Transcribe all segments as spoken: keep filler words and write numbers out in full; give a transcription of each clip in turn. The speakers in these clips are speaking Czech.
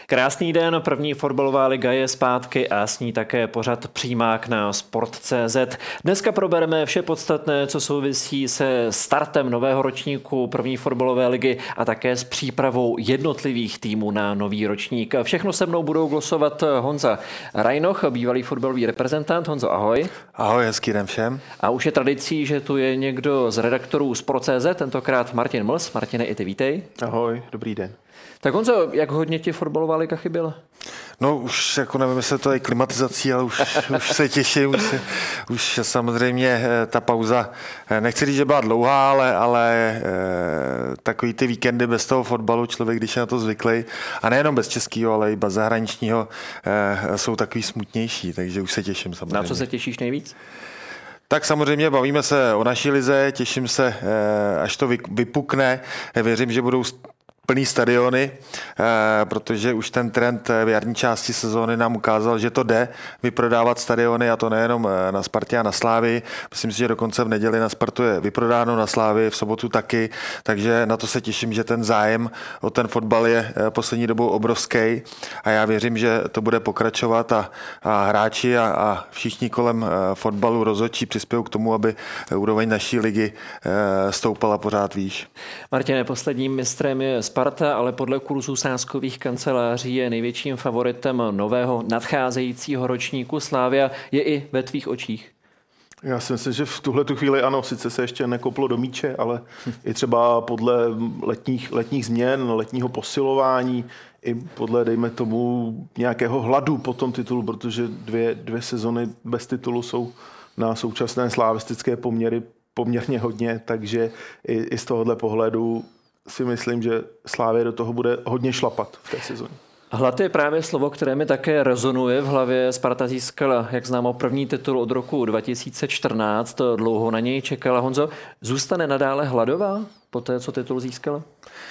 Krásný den, první fotbalová liga je zpátky a s ní také pořad Přímák na sport tečka cé zet. Dneska probereme vše podstatné, co souvisí se startem nového ročníku první fotbalové ligy a také s přípravou jednotlivých týmů na nový ročník. Všechno se mnou budou glosovat Honza Rajnoch, bývalý fotbalový reprezentant. Honzo, ahoj. Ahoj, hezký den všem. A už je tradicí, že tu je někdo z redaktorů sport tečka cé zet, tentokrát Martin Mls. Martine, i ty vítej. Ahoj, dobrý den. Tak Honzo, jak hodně ti fotbalová liga chyběla? No už jako nevím, jestli to je klimatizací, ale už, už se těším, už, se, už samozřejmě ta pauza, nechci říct, že byla dlouhá, ale, ale takový ty víkendy bez toho fotbalu, člověk, když je na to zvyklý, a nejenom bez českého, ale i bez zahraničního, jsou takový smutnější, takže už se těším samozřejmě. Na co se těšíš nejvíc? Tak samozřejmě bavíme se o naší lize, těším se, až to vypukne, věřím, že budou plný stadiony, protože už ten trend v jarní části sezóny nám ukázal, že to jde vyprodávat stadiony, a to nejenom na Spartě a na Slávii. Myslím si, že dokonce v neděli na Spartu je vyprodáno, na Slávii v sobotu taky, takže na to se těším, že ten zájem o ten fotbal je poslední dobou obrovský a já věřím, že to bude pokračovat a, a hráči a, a všichni kolem fotbalu rozhodčí přispějí k tomu, aby úroveň naší ligy stoupala pořád výš. Martine, posledním mistrem je Sparta, ale podle kurzu sázkových kanceláří je největším favoritem nového nadcházejícího ročníku. Slavia je i ve tvých očích. Já si myslím, že v tuhle tu chvíli ano, sice se ještě nekoplo do míče, ale i třeba podle letních, letních změn, letního posilování, i podle, dejme tomu, nějakého hladu po tom titulu, protože dvě, dvě sezony bez titulu jsou na současné slavistické poměry poměrně hodně, takže i, i z tohohle pohledu si myslím, že Slavia do toho bude hodně šlapat v té sezóně. Hlad je právě slovo, které mi také rezonuje v hlavě. Sparta získala, jak známo, první titul od roku dva tisíce čtrnáct, dlouho na něj čekala. Honzo, zůstane nadále hladová po té, co titul získala?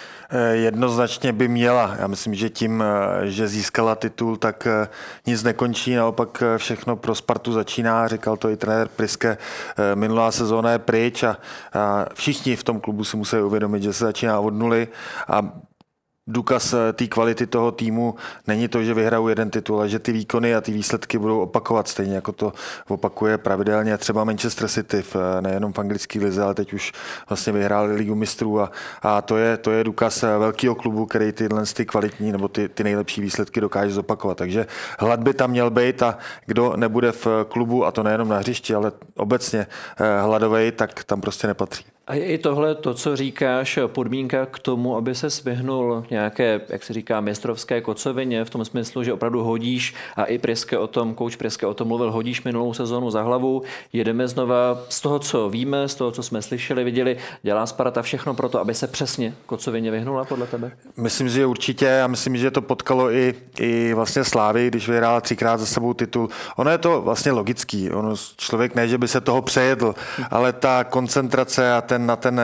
Jednoznačně by měla. Já myslím, že tím, že získala titul, tak nic nekončí, naopak všechno pro Spartu začíná. Říkal to i trenér Priske, minulá sezóna je pryč a, a všichni v tom klubu si musí uvědomit, že se začíná od nuly a důkaz té kvality toho týmu není to, že vyhrajou jeden titul, ale že ty výkony a ty výsledky budou opakovat stejně, jako to opakuje pravidelně třeba Manchester City, v, nejenom v anglické lize, ale teď už vlastně vyhráli Ligu mistrů a, a to, je, to je důkaz velkého klubu, který tyhle ty kvalitní nebo ty, ty nejlepší výsledky dokáže zopakovat. Takže hlad by tam měl být a kdo nebude v klubu, a to nejenom na hřišti, ale obecně hladovej, tak tam prostě nepatří. A je i tohle to, co říkáš, podmínka k tomu, aby se svyhnul nějaké, jak se říká, mistrovské kocovině, v tom smyslu, že opravdu hodíš, a i Priske o tom, kouč Priske o tom mluvil, hodíš minulou sezonu za hlavu, jedeme znova z toho, co víme, z toho, co jsme slyšeli, viděli, dělá Sparta všechno pro to, aby se přesně kocovině vyhnula podle tebe? Myslím, že určitě, a myslím, že to potkalo i, i vlastně Slávy, když vyhrála třikrát za sebou titul. Ono je to vlastně logický, ono, člověk ne, že by se toho přejedl, ale ta koncentrace a ten na ten,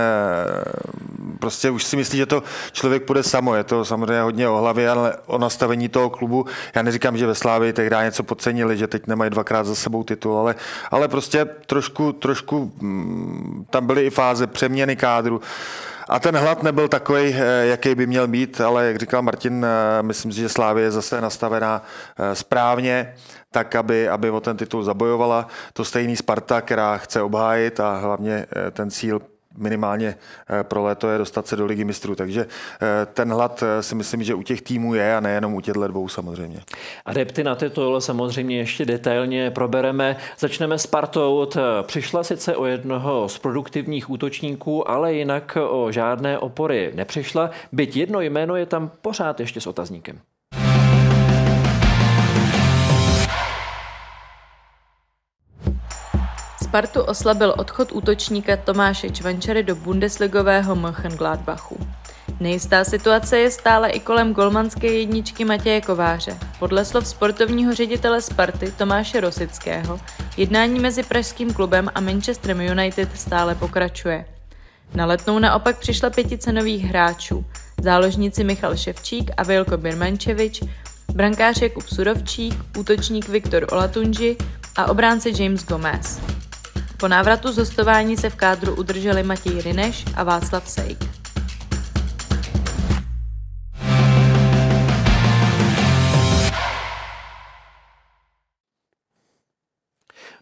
prostě už si myslí, že to člověk půjde samo. Je to samozřejmě hodně o hlavě, ale o nastavení toho klubu. Já neříkám, že ve Slávii tehdy něco podcenili, že teď nemají dvakrát za sebou titul, ale, ale prostě trošku, trošku tam byly i fáze přeměny kádru. A ten hlad nebyl takový, jaký by měl být, ale jak říkal Martin, myslím si, že Slavia je zase nastavená správně, tak, aby, aby o ten titul zabojovala. To stejný Sparta, která chce obhájit a hlavně ten cíl minimálně pro léto je dostat se do Ligy mistrů. Takže ten hlad si myslím, že u těch týmů je a nejenom u těchto dvou samozřejmě. Adepty na titul samozřejmě ještě detailně probereme. Začneme Spartou. Přišla sice o jednoho z produktivních útočníků, ale jinak o žádné opory nepřišla. Byť jedno jméno je tam pořád ještě s otazníkem. Spartu oslabil odchod útočníka Tomáše Čvančary do bundesligového Mönchengladbachu. Nejistá situace je stále i kolem golmanské jedničky Matěje Kováře. Podle slov sportovního ředitele Sparty Tomáše Rosického jednání mezi pražským klubem a Manchesterem United stále pokračuje. Na Letnou naopak přišla pětice nových hráčů. Záložníci Michal Ševčík a Veljko Birmančevič, brankář Jakub Surovčík, útočník Viktor Olatunji a obránce James Gomez. Po návratu z hostování se v kádru udrželi Matěj Rineš a Václav Sejk.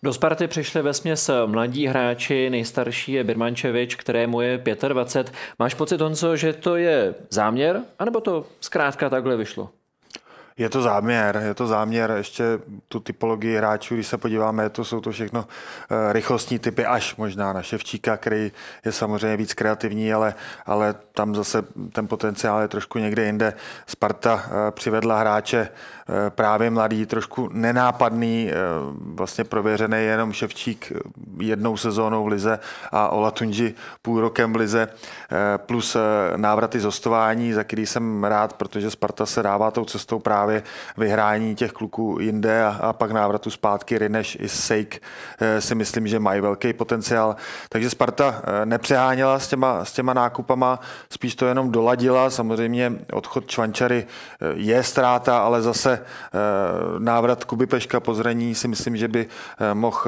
Do Sparty přišli vesměs mladí hráči, nejstarší je Birmančevič, kterému je dvacet pět. Máš pocit, Honzo, že to je záměr, anebo to zkrátka takhle vyšlo? Je to záměr, je to záměr, ještě tu typologii hráčů, když se podíváme, to jsou to všechno rychlostní typy, až možná na Ševčíka, který je samozřejmě víc kreativní, ale, ale tam zase ten potenciál je trošku někde jinde. Sparta přivedla hráče právě mladý, trošku nenápadný, vlastně prověřený jenom Ševčík jednou sezónou v lize a Olatunji půl rokem v lize, plus návraty z hostování, za který jsem rád, protože Sparta se dává tou cestou právě vyhrání těch kluků jinde a, a pak návratu zpátky. Rineš i Sejk si myslím, že mají velký potenciál. Takže Sparta nepřeháněla s těma, s těma nákupama, spíš to jenom doladila. Samozřejmě odchod Čvančary je ztráta, ale zase návrat Kuby Peška po zranění si myslím, že by mohl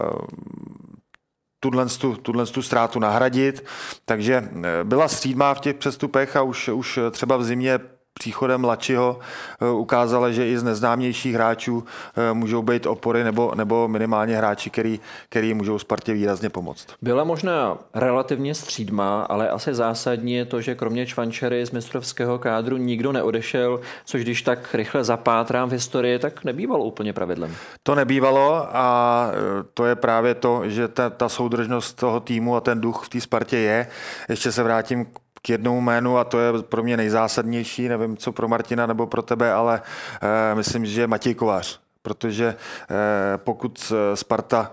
tuhle tu ztrátu nahradit. Takže byla střídmá v těch přestupech a už, už třeba v zimě příchodem Mladšího ukázala, že i z neznámějších hráčů můžou být opory nebo, nebo minimálně hráči, který, který můžou Spartě výrazně pomoct. Byla možná relativně střídmá, ale asi zásadní je to, že kromě Čvančary z mistrovského kádru nikdo neodešel, což když tak rychle zapátrám v historii, tak nebývalo úplně pravidlem. To nebývalo a to je právě to, že ta, ta soudržnost toho týmu a ten duch v té Spartě je. Ještě se vrátím k jednomu jménu a to je pro mě nejzásadnější, nevím, co pro Martina nebo pro tebe, ale eh, myslím, že Matěj Kovář, protože eh, pokud Sparta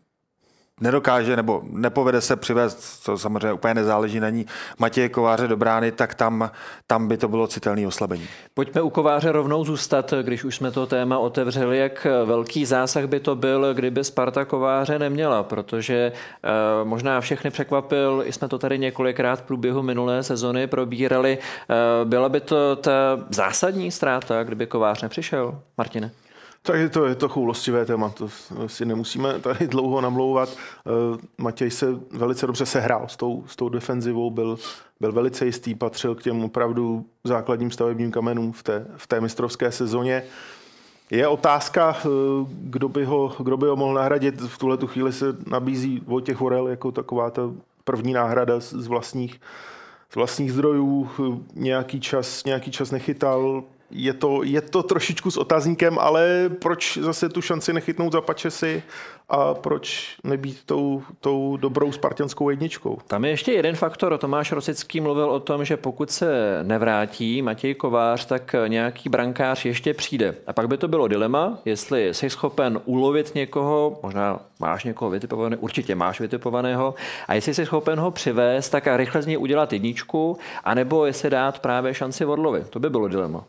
nedokáže nebo nepovede se přivést, to samozřejmě úplně nezáleží na ní, Matěje Kováře do brány, tak tam, tam by to bylo citelné oslabení. Pojďme u Kováře rovnou zůstat, když už jsme to téma otevřeli, jak velký zásah by to byl, kdyby Sparta Kováře neměla, protože eh, možná všechny překvapil, i jsme to tady několikrát v průběhu minulé sezony probírali, eh, byla by to ta zásadní ztráta, kdyby Kovář nepřišel, Martine? Tak je to, je to choulostivé téma, to si nemusíme tady dlouho namlouvat. Matěj se velice dobře sehrál s tou, s tou defenzivou, byl, byl velice jistý, patřil k těm opravdu základním stavebním kamenům v té, v té mistrovské sezóně. Je otázka, kdo by ho, kdo by ho mohl nahradit. V tuhletu chvíli se nabízí Vojtěch Orel jako taková ta první náhrada z vlastních, z vlastních zdrojů. Nějaký čas, nějaký čas nechytal. Je to, je to trošičku s otazníkem, ale proč zase tu šanci nechytnout za Pačesy a proč nebýt tou, tou dobrou spartanskou jedničkou? Tam je ještě jeden faktor. Tomáš Rosický mluvil o tom, že pokud se nevrátí Matěj Kovář, tak nějaký brankář ještě přijde. A pak by to bylo dilema, jestli jsi schopen ulovit někoho, možná máš někoho vytipovaného, určitě máš vytipovaného, a jestli jsi schopen ho přivést, tak a rychle z něj udělat jedničku, anebo jestli dát právě šanci Orlovi. To by bylo dilema.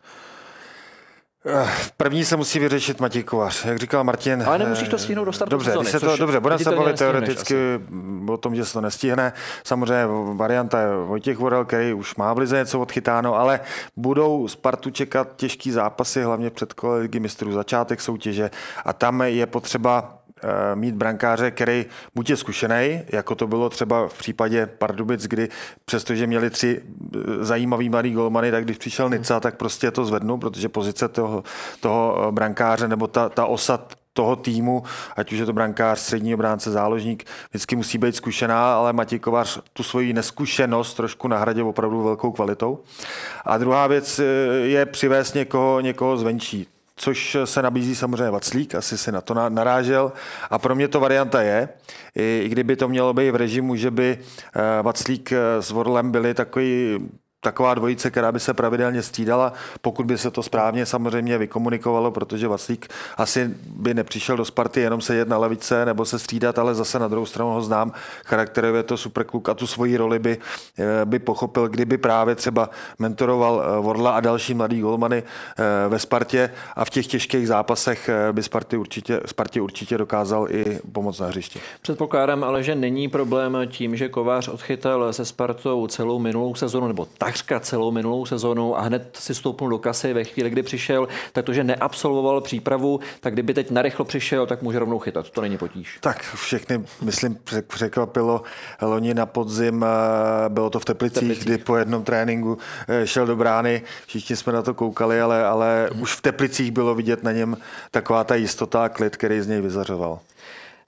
První se musí vyřešit Matěj Kovář, jak říkal Martin. Ale nemusíš to stihnout do startu dobře, sezony. Se to, dobře, budeme se bavit teoreticky o tom, že se to nestihne. Samozřejmě varianta je Vojtěch Orel, který už má v lize něco odchytáno, ale budou Spartu čekat těžký zápasy, hlavně před kolem Ligy mistrů, začátek soutěže a tam je potřeba mít brankáře, který buď je zkušený, jako to bylo třeba v případě Pardubic, kdy přestože měli tři zajímavý mladý golmany, tak když přišel Nica, tak prostě to zvednu, protože pozice toho, toho brankáře nebo ta, ta osa toho týmu, ať už je to brankář, střední obránce, záložník, vždycky musí být zkušená, ale Matěj Kovář tu svoji neskušenost trošku nahradil opravdu velkou kvalitou. A druhá věc je přivést někoho, někoho zvenčí, což se nabízí samozřejmě Vaclík, asi si na to narážel. A pro mě to varianta je, i kdyby to mělo být v režimu, že by Vaclík s Orlem byli takový taková dvojice, která by se pravidelně střídala, pokud by se to správně samozřejmě vykomunikovalo, protože Vaclík asi by nepřišel do Sparty jenom sedět na lavice nebo se střídat, ale zase na druhou stranu ho znám, charakterově to superkluk a tu svoji roli by, by pochopil, kdyby právě třeba mentoroval Orla a další mladý golmany ve Spartě a v těch těžkých zápasech by Sparty určitě, Spartě určitě dokázal i pomoct na hřišti. Předpokládám ale, že není problém tím, že Kovář odchytal se Spartou celou minulou sezonu nebo tak celou minulou sezonu a hned si stoupnul do kasy ve chvíli, kdy přišel, tak to, že neabsolvoval přípravu, tak kdyby teď narychlo přišel, tak může rovnou chytat. To není potíž. Tak všechny, myslím, překvapilo loni na podzim, bylo to v Teplicích, Teplicích. Kdy po jednom tréninku šel do brány, všichni jsme na to koukali, ale, ale hmm. už v Teplicích bylo vidět na něm taková ta jistota a klid, který z něj vyzařoval.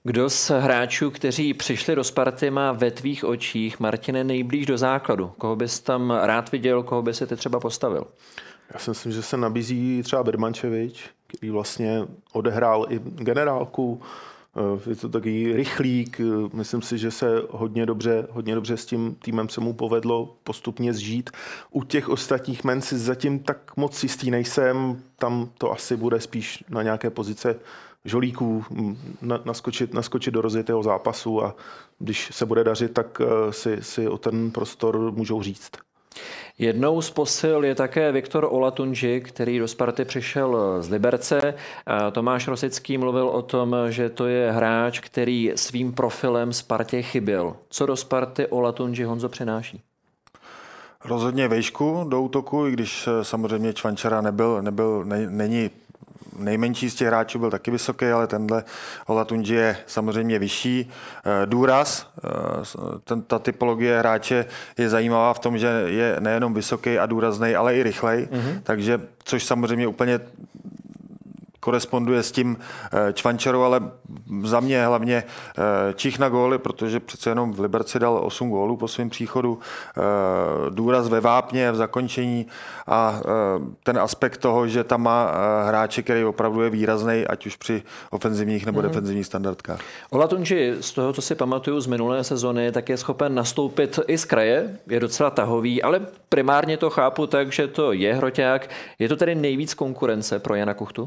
Kdo z hráčů, kteří přišli do Sparty, má ve tvých očích, Martine, nejblíž do základu? Koho bys tam rád viděl, koho by si ty třeba postavil? Já si myslím, že se nabízí třeba Birmančevič, který vlastně odehrál i generálku. Je to takový rychlík, myslím si, že se hodně dobře, hodně dobře s tím týmem se mu povedlo postupně zžít. U těch ostatních men si zatím tak moc jistý nejsem, tam to asi bude spíš na nějaké pozice žolíků, naskočit, naskočit do rozjetého zápasu a když se bude dařit, tak si, si o ten prostor můžou říct. Jednou z posil je také Viktor Olatunji, který do Sparty přišel z Liberce. Tomáš Rosický mluvil o tom, že to je hráč, který svým profilem Spartě chyběl. Co do Sparty Olatunji, Honzo, přináší? Rozhodně vejšku do útoku, i když samozřejmě Čvančara nebyl, nebyl ne, není nejmenší z těch hráčů, byl taky vysoký, ale tenhle Olatunji je samozřejmě vyšší. Důraz, ten, ta typologie hráče je zajímavá v tom, že je nejenom vysoký a důrazný, ale i rychlej, mm-hmm. takže což samozřejmě úplně koresponduje s tím Čvančarou, ale za mě hlavně čich na góly, protože přece jenom v Liberci dal osm gólů po svém příchodu, důraz ve vápně, v zakončení a ten aspekt toho, že tam má hráče, který opravdu je výrazný, ať už při ofenzivních nebo mm. defenzivních standardkách. Olatunji, z toho, co si pamatuju z minulé sezony, tak je schopen nastoupit i z kraje, je docela tahový, ale primárně to chápu tak, že to je hroťák. Je to tedy nejvíc konkurence pro Jana Kuchtu?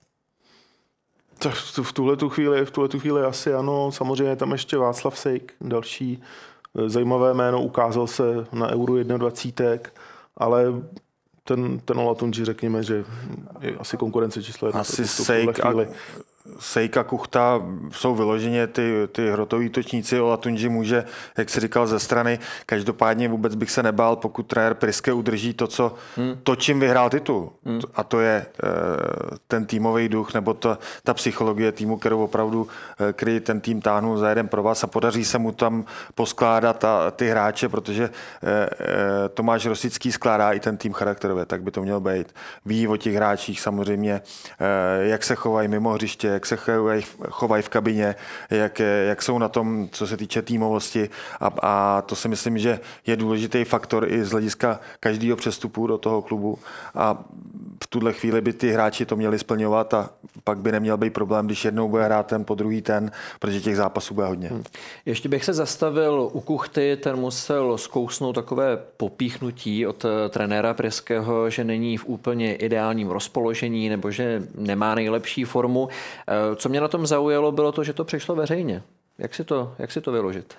Tak v tuhle tu chvíli, v tuhle tu chvíli asi ano. Samozřejmě tam ještě Václav Sejk, další zajímavé jméno, ukázal se na Euro dvacet jedna, ale ten, ten Olatunji, řekněme, že je asi konkurence číslo jedna. Asi Sejk a, Sejk a Kuchta jsou vyloženě ty, ty hrotoví točníci. Olatunji může, jak jsi říkal, ze strany. Každopádně vůbec bych se nebál, pokud trenér Priske udrží to, co, hmm. to čím vyhrál titul. Hmm. A to je uh, ten týmový duch, nebo ta, ta psychologie týmu, kterou opravdu uh, který ten tým táhnou za jeden provaz a podaří se mu tam poskládat a, ty hráče, protože uh, uh, Tomáš Rosický skládá i ten tým charakterově, tak by to mělo být. Ví o těch hráčích samozřejmě, uh, jak se chovají mimo hřiště, jak se chovají v kabině, jak, jak jsou na tom, co se týče týmovosti a, a to si myslím, že je důležitý faktor i z hlediska každého přestupu do toho klubu a v tuhle chvíli by ty hráči to měli splňovat a pak by neměl být problém, když jednou bude hrát ten, po druhý ten, protože těch zápasů bude hodně. Hmm. Ještě bych se zastavil u Kuchty, ten musel zkousnout takové popíchnutí od trenéra Priského, že není v úplně ideálním rozpoložení nebo že nemá nejlepší formu. Co mě na tom zaujalo, bylo to, že to přišlo veřejně. Jak si to, jak si to vyložit?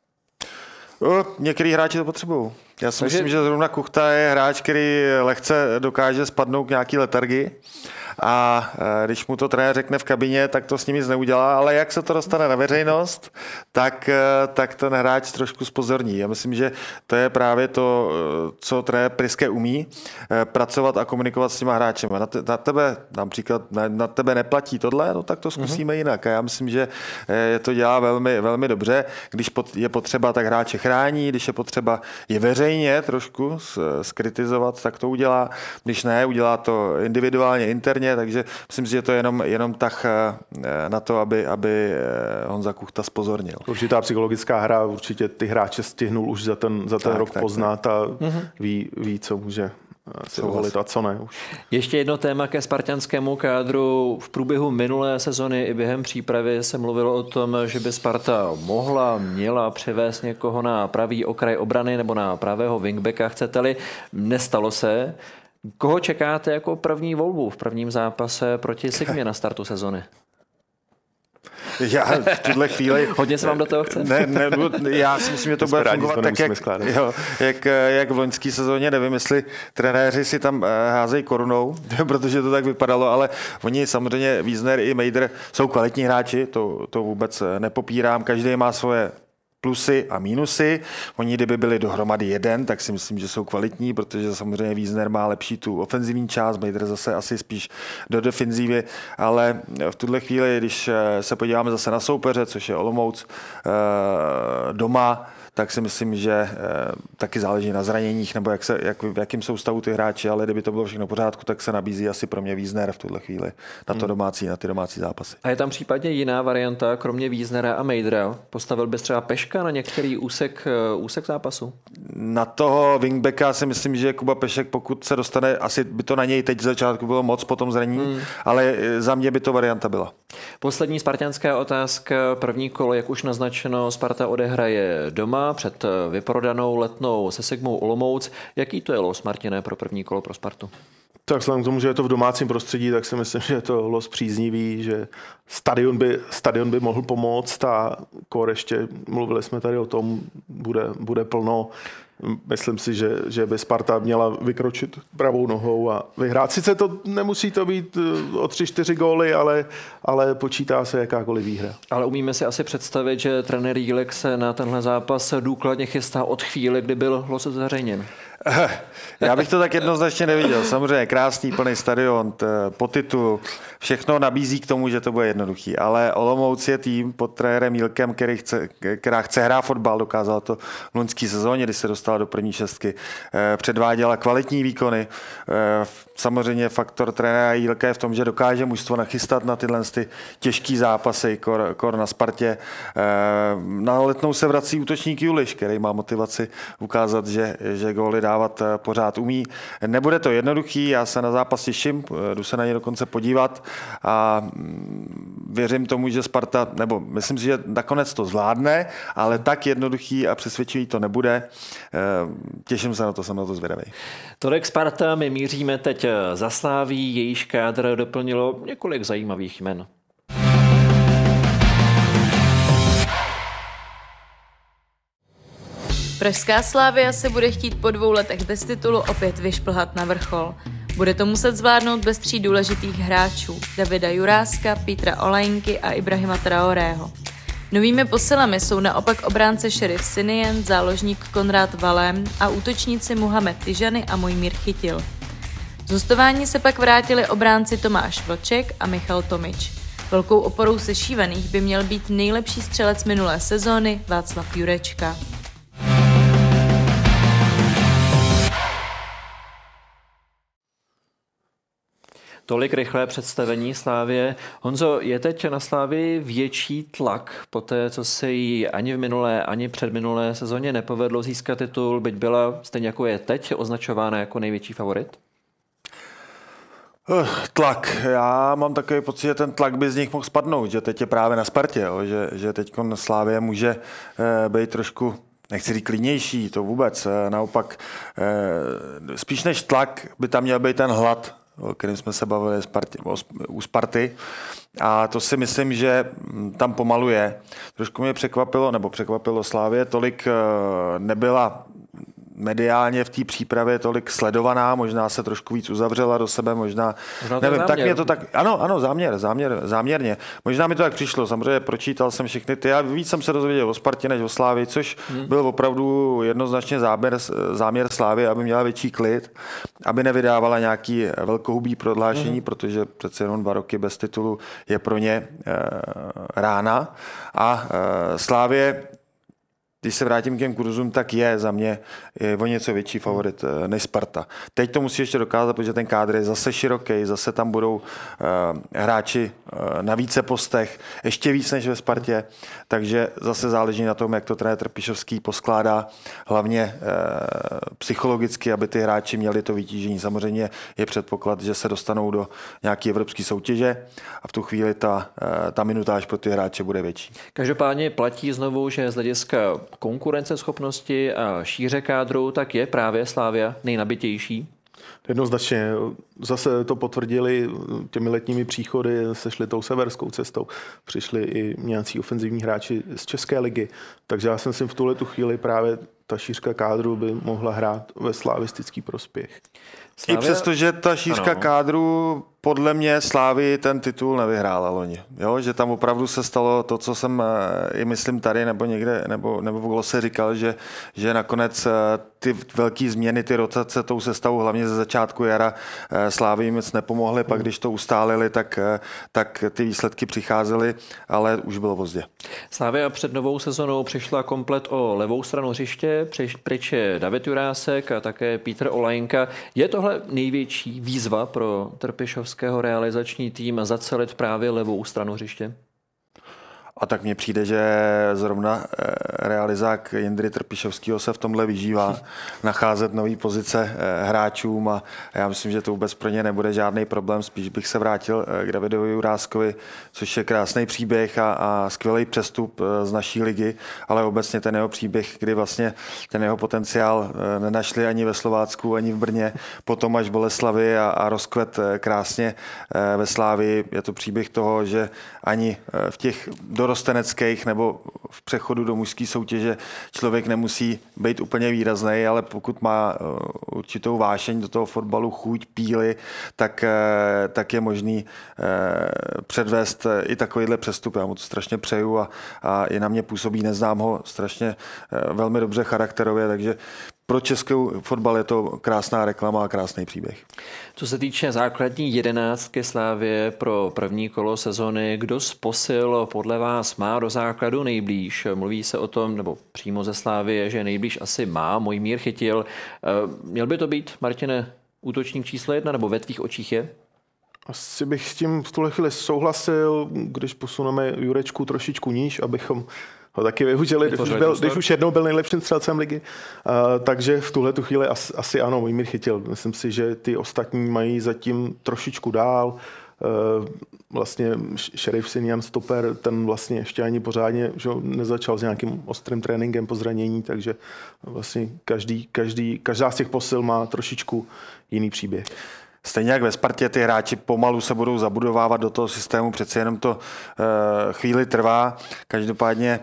O, některý hráči to potřebují. Já si Takže... myslím, že zrovna Kuchta je hráč, který lehce dokáže spadnout k nějaký letargii a když mu to trenér řekne v kabině, tak to s ním nic neudělá, ale jak se to dostane na veřejnost, tak, tak ten hráč trošku zpozorní. Já myslím, že to je právě to, co trenér Priske umí, pracovat a komunikovat s těma hráčem. Na, te, na tebe například, na, na tebe neplatí tohle, no tak to zkusíme mm-hmm. jinak. A já myslím, že to dělá velmi, velmi dobře. Když je potřeba, tak hráče chrání, když je potřeba, je veřejně trošku skritizovat, tak to udělá. Když ne, udělá to individuálně, interně, takže myslím si, že to je jenom, jenom tak na to, aby, aby Honza Kuchta zpozornil. Určitá psychologická hra, určitě ty hráče stihnul už za ten, za ten tak, rok tak, poznat tak. a mm-hmm. ví, ví, co může si uvolit a co ne. Už. Ještě jedno téma ke spartanskému kádru. V průběhu minulé sezony i během přípravy se mluvilo o tom, že by Sparta mohla, měla převést někoho na pravý okraj obrany nebo na pravého wingbacka, chcete-li. Nestalo se. Koho čekáte jako první volbu v prvním zápase proti Sigmě na startu sezony? Já v tuhle chvíli... Hodně se vám do toho chce. Ne, ne, já si myslím, že to bude fungovat tak, jak, jo, jak, jak v loňské sezóně. Nevím, jestli trenéři si tam házejí korunou, protože to tak vypadalo, ale oni samozřejmě, Wiesner i Mejdr, jsou kvalitní hráči, to, to vůbec nepopírám. Každý má svoje plusy a mínusy. Oni, kdyby byli dohromady jeden, tak si myslím, že jsou kvalitní, protože samozřejmě Wiesner má lepší tu ofenzivní část, Mejdr zase asi spíš do defenzívy, ale v tuhle chvíli, když se podíváme zase na soupeře, což je Olomouc doma, tak si myslím, že e, taky záleží na zraněních nebo jak se, jak, v jakým jsou stavu ty hráči, ale kdyby to bylo všechno v pořádku, tak se nabízí asi pro mě Wiesner v tuhle chvíli na to domácí, na ty domácí zápasy. A je tam případně jiná varianta, kromě Wiesnera a Mejdra? Postavil bys třeba Peška na některý úsek, úsek zápasu? Na toho wingbacka si myslím, že Kuba Pešek, pokud se dostane, asi by to na něj teď z začátku bylo moc po tom zranění, hmm. ale za mě by to varianta byla. Poslední spartanská otázka. První kolo, jak už naznačeno, Sparta odehraje doma před vyprodanou Letnou se Sigmou Olomouc. Jaký to je los, Martine, pro první kolo pro Spartu? Tak vzhledem k tomu, že je to v domácím prostředí, tak si myslím, že je to los příznivý, že stadion by, stadion by mohl pomoct a kor ještě, mluvili jsme tady o tom, bude, bude plno. Myslím si, že, že by Sparta měla vykročit pravou nohou a vyhrát. Sice to nemusí to být o tři, čtyři góly, ale, ale počítá se jakákoliv výhra. Ale umíme si asi představit, že trenér Jílek se na tenhle zápas důkladně chystá od chvíle, kdy byl los zveřejněn. Já bych to tak jednoznačně neviděl. Samozřejmě krásný, plný stadion, po titulu, všechno nabízí k tomu, že to bude jednoduchý. Ale Olomouc je tým pod trenérem Jílkem, který chce, která chce hrát fotbal, dokázala to v loňské sezóně, kdy se dostala do první šestky. Předváděla kvalitní výkony. Samozřejmě faktor trenéra Jílka je v tom, že dokáže mužstvo nachystat na tyhle ty těžký zápasy, kor, kor na Spartě. Na Letnou se vrací útočník Juliš, který má motivaci ukázat, že, že góly dávat pořád umí. Nebude to jednoduchý, já se na zápas těším, jdu se na ně dokonce podívat a věřím tomu, že Sparta, nebo myslím si, že nakonec to zvládne, ale tak jednoduchý a přesvědčivý to nebude. Těším se na to, jsem na to zvědavý. Tolik Sparta, my míříme teď za Sláví, jejíž kádr doplnilo několik zajímavých jmen. Pražská Slavia se bude chtít po dvou letech bez titulu opět vyšplhat na vrchol. Bude to muset zvládnout bez tří důležitých hráčů, Davida Juráska, Petra Olajnky a Ibrahima Traorého. Novými posilami jsou naopak obránce Šerif Sinien, záložník Konrád Valém a útočníci Muhamed Tyžany a Mojmír Chytil. Z hostování se pak vrátili obránci Tomáš Vlček a Michal Tomič. Velkou oporou sešívaných by měl být nejlepší střelec minulé sezóny Václav Jurečka. Tolik rychlé představení Slávie. Honzo, je teď na Slávii větší tlak po té, co se jí ani v minulé, ani předminulé sezóně nepovedlo získat titul, byť byla stejně jako je teď označována jako největší favorit? Uh, tlak. Já mám takový pocit, že ten tlak by z nich mohl spadnout, že teď je právě na Spartě, jo? že, že teď Slávie může uh, být trošku, nechci říct klidnější, to vůbec. Naopak, uh, spíš než tlak by tam měl být ten hlad, o kterém jsme se bavili u Sparty. A to si myslím, že tam pomalu je. Trošku mě překvapilo, nebo překvapilo Slávě, tolik nebyla mediálně v té přípravě tolik sledovaná, možná se trošku víc uzavřela do sebe, možná, možná nevím, tak mě to tak, ano, ano, záměr, záměr, záměrně. Možná mi to tak přišlo, samozřejmě pročítal jsem všechny ty, já víc jsem se dozvěděl o Spartě než o Slávii, což hmm. byl opravdu jednoznačně záměr, záměr Slávy, aby měla větší klid, aby nevydávala nějaký velkohubý prohlášení, hmm. protože přece jenom dva roky bez titulu je pro ně e, rána a e, Slávie, když se vrátím k těm kurzům, tak je za mě je o něco větší favorit než Sparta. Teď to musí ještě dokázat, protože ten kádr je zase široký, zase tam budou uh, hráči uh, na více postech, ještě víc než ve Spartě, takže zase záleží na tom, jak to trenér Trpišovský poskládá, hlavně uh, psychologicky, aby ty hráči měli to vytížení. Samozřejmě je předpoklad, že se dostanou do nějaké evropské soutěže a v tu chvíli ta, uh, ta minutáž pro ty hráče bude větší. Každopádně platí znovu, že z hlediska konkurenceschopnosti a šíře kádru, tak je právě Slavia nejnabitější? Jednoznačně. Zase to potvrdili těmi letními příchody, se šli tou severskou cestou. Přišli i nějací ofenzivní hráči z České ligy. Takže já si myslím, v tuhle tu chvíli právě ta šířka kádru by mohla hrát ve slavistický prospěch. Slavia... I přesto, že ta šířka ano. kádru podle mě Slávii ten titul nevyhrála loni. Jo? Že tam opravdu se stalo to, co jsem i myslím tady nebo někde, nebo, nebo v Glose říkal, že, že nakonec ty velké změny, ty rotace tou sestavou hlavně ze začátku jara Slávii moc nepomohly, pak když to ustálili, tak, tak ty výsledky přicházely, ale už bylo pozdě. Slavia před novou sezonou přišla komplet o levou stranu hřiště, pryč je David Jurásek a také Petr Olajnka. Je tohle největší výzva pro trpišovského realizační tým zacelit právě levou stranu hřiště? A tak mně přijde, že zrovna realizák Jindry Trpišovského se v tomhle vyžívá, nacházet nové pozice hráčům a já myslím, že to vůbec pro ně nebude žádný problém. Spíš bych se vrátil k Davidovi Juráskovi, což je krásný příběh a, a skvělý přestup z naší ligy, ale obecně ten jeho příběh, kdy vlastně ten jeho potenciál nenašli ani ve Slovácku, ani v Brně, potom až Boleslavi a, a rozkvet krásně ve Slávii. Je to příběh toho, že ani v těch dorosteneckých nebo v přechodu do mužské soutěže člověk nemusí být úplně výrazný, ale pokud má určitou vášeň do toho fotbalu, chuť, píly, tak, tak je možný předvést i takovýhle přestup. Já mu to strašně přeju a, a i na mě působí, neznám ho strašně velmi dobře charakterově, takže pro český fotbal je to krásná reklama a krásný příběh. Co se týče základní jedenáctky Slávie pro první kolo sezony, kdo z posil podle vás má do základu nejblíž? Mluví se o tom, nebo přímo ze Slávie, že nejblíž asi má Mojmír Chytil. Měl by to být, Martine, útočník číslo jedna, nebo ve tvých očích je? Asi bych s tím v tuhle chvíli souhlasil, když posuneme Jurečku trošičku níž, abychom ho taky využili, když už, byl, když už jednou byl nejlepším střelcem ligy. Uh, takže v tuhle tu chvíli asi, asi ano, Mojmír Chytil. Myslím si, že ty ostatní mají zatím trošičku dál. Uh, vlastně Šerif Sinian stoper, ten vlastně ještě ani pořádně že nezačal s nějakým ostrým tréninkem po zranění, takže vlastně každý, každý, každá z těch posil má trošičku jiný příběh. Stejně jak ve Spartě, ty hráči pomalu se budou zabudovávat do toho systému, přece jenom to uh, chvíli trvá. Každopádně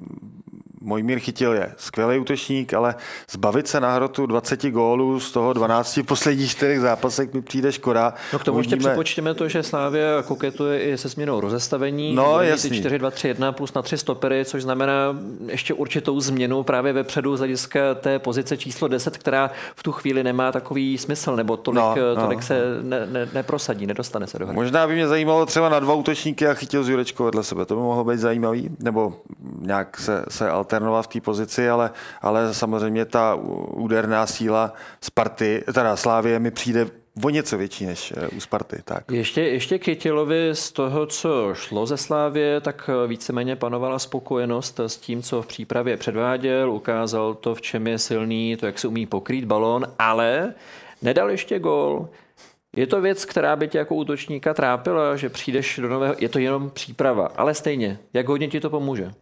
Mojmír Chytil je skvělý útočník, ale zbavit se na hrotu dvacet gólů z toho dvanácti posledních čtyřech zápasek mi přijde škoda. No k tomu Uvidíme... ještě připočteme to, že Slavia koketuje i se změnou rozestavení. No, jasný. čtyři dva tři jedna plus na tři stopery, což znamená ještě určitou změnu právě vepředu z hlediska té pozice číslo deset, která v tu chvíli nemá takový smysl, nebo tolik, no, no. tolik se ne, ne, neprosadí, nedostane se do hry. Možná by mě zajímalo třeba na dva útočníky a Chytil s Jurečkou vedle sebe. To by mohlo být zajímavý, nebo nějak se, se alternovat v té pozici, ale, ale samozřejmě ta úderná síla Sparty, teda Slávie mi přijde o něco větší než u Sparty. Tak. Ještě, ještě k Chytilovi z toho, co šlo ze Slávie, tak víceméně panovala spokojenost s tím, co v přípravě předváděl, ukázal to, v čem je silný, to, jak se umí pokrýt balón, ale nedal ještě gól. Je to věc, která by tě jako útočníka trápila, že přijdeš do nového, je to jenom příprava, ale stejně, jak hodně ti to pomůže?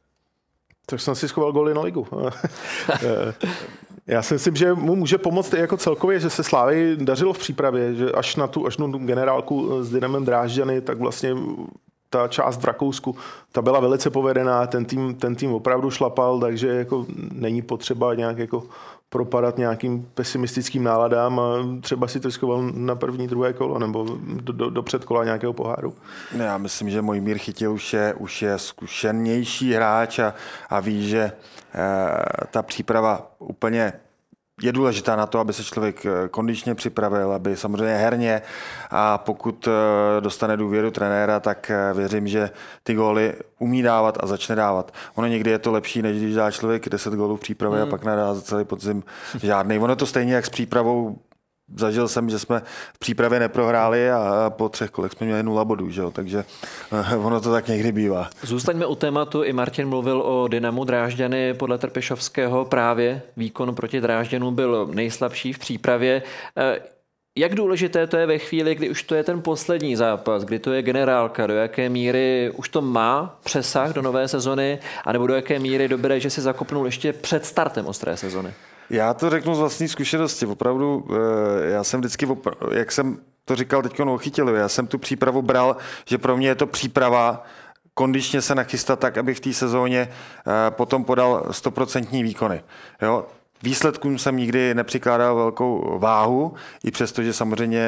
Tak jsem si schoval góly na ligu. Já si myslím, že mu může pomoct i jako celkově, že se Slávii dařilo v přípravě, že až na tu, až na tu generálku s Dynamem Drážďany, tak vlastně ta část v Rakousku, ta byla velice povedená, ten tým, ten tým opravdu šlapal, takže jako není potřeba nějak jako propadat nějakým pesimistickým náladám a třeba si to schoval na první, druhé kolo nebo do, do, do předkola nějakého poháru. Já myslím, že Mojmír Chytil už je, už je zkušenější hráč a, a ví, že eh, ta příprava úplně je důležitá na to, aby se člověk kondičně připravil, aby samozřejmě herně a pokud dostane důvěru trenéra, tak věřím, že ty góly umí dávat a začne dávat. Ono někdy je to lepší, než když dá člověk deset gólů v přípravě hmm. a pak nedá za celý podzim žádný. Ono to stejně jak s přípravou. Zažil jsem, že jsme v přípravě neprohráli a po třech kolech jsme měli nula bodů, že jo? Takže ono to tak někdy bývá. Zůstaňme u tématu. I Martin mluvil o Dynamu Drážďany. Podle Trpišovského právě výkon proti Drážďanům byl nejslabší v přípravě. Jak důležité to je ve chvíli, kdy už to je ten poslední zápas, kdy to je generálka, do jaké míry už to má přesah do nové sezony, anebo do jaké míry je dobré, že si zakopnul ještě před startem ostré sezony? Já to řeknu z vlastní zkušenosti. Opravdu, já jsem vždycky, jak jsem to říkal teď o Chytilovi, já jsem tu přípravu bral, že pro mě je to příprava kondičně se nachystat tak, aby v té sezóně potom podal stoprocentní výkony. Jo? Výsledkům jsem nikdy nepřikládal velkou váhu, i přesto, že samozřejmě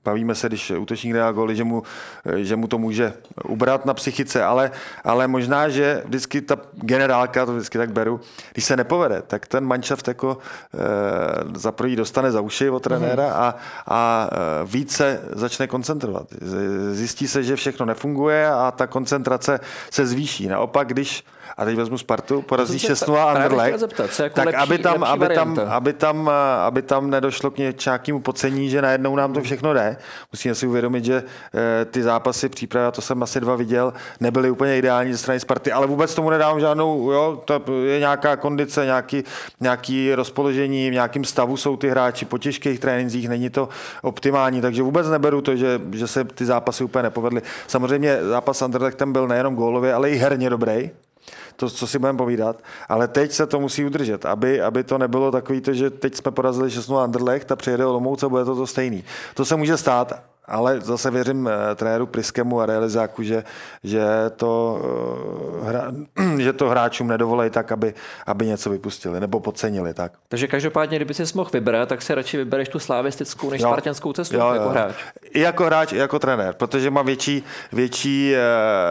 bavíme se, když útočník dá góly, že mu, že mu to může ubrat na psychice, ale, ale možná, že vždycky ta generálka, to vždycky tak beru, když se nepovede, tak ten manšaft jako e, za prvý dostane za uši od trenéra a, a více začne koncentrovat. Zjistí se, že všechno nefunguje a ta koncentrace se zvýší. Naopak, když a teď vezmu Spartu, porazí šest nula Anderlecht, jako tak lepší, aby, tam, aby, tam, aby... aby, tam, aby tam nedošlo k nějakému podcení, že najednou nám to všechno jde. Musíme si uvědomit, že e, ty zápasy přípravy, to jsem asi dva viděl, nebyly úplně ideální ze strany Sparty, ale vůbec tomu nedávám žádnou, jo, to je nějaká kondice, nějaký, nějaký rozpoložení, v nějakém stavu jsou ty hráči po těžkých trénincích, není to optimální, takže vůbec neberu to, že, že se ty zápasy úplně nepovedly. Samozřejmě zápas s Anderlechtem byl nejenom gólově, ale i herně dobrý. To, co si budeme povídat, ale teď se to musí udržet, aby, aby to nebylo takový, to, že teď jsme porazili šest nula Anderlecht a přijede Olomouc a bude to to stejný. To se může stát, ale zase věřím trenéru Priskemu a realizáku, že, že, to, hra, že to hráčům nedovolí tak, aby, aby něco vypustili nebo podcenili. Tak. Takže každopádně, kdyby si mohl vybrat, tak si radši vybereš tu slavistickou než jo. spartanskou cestu jo, jako jo. hráč. I jako hráč, i jako trenér, protože mám větší, větší e,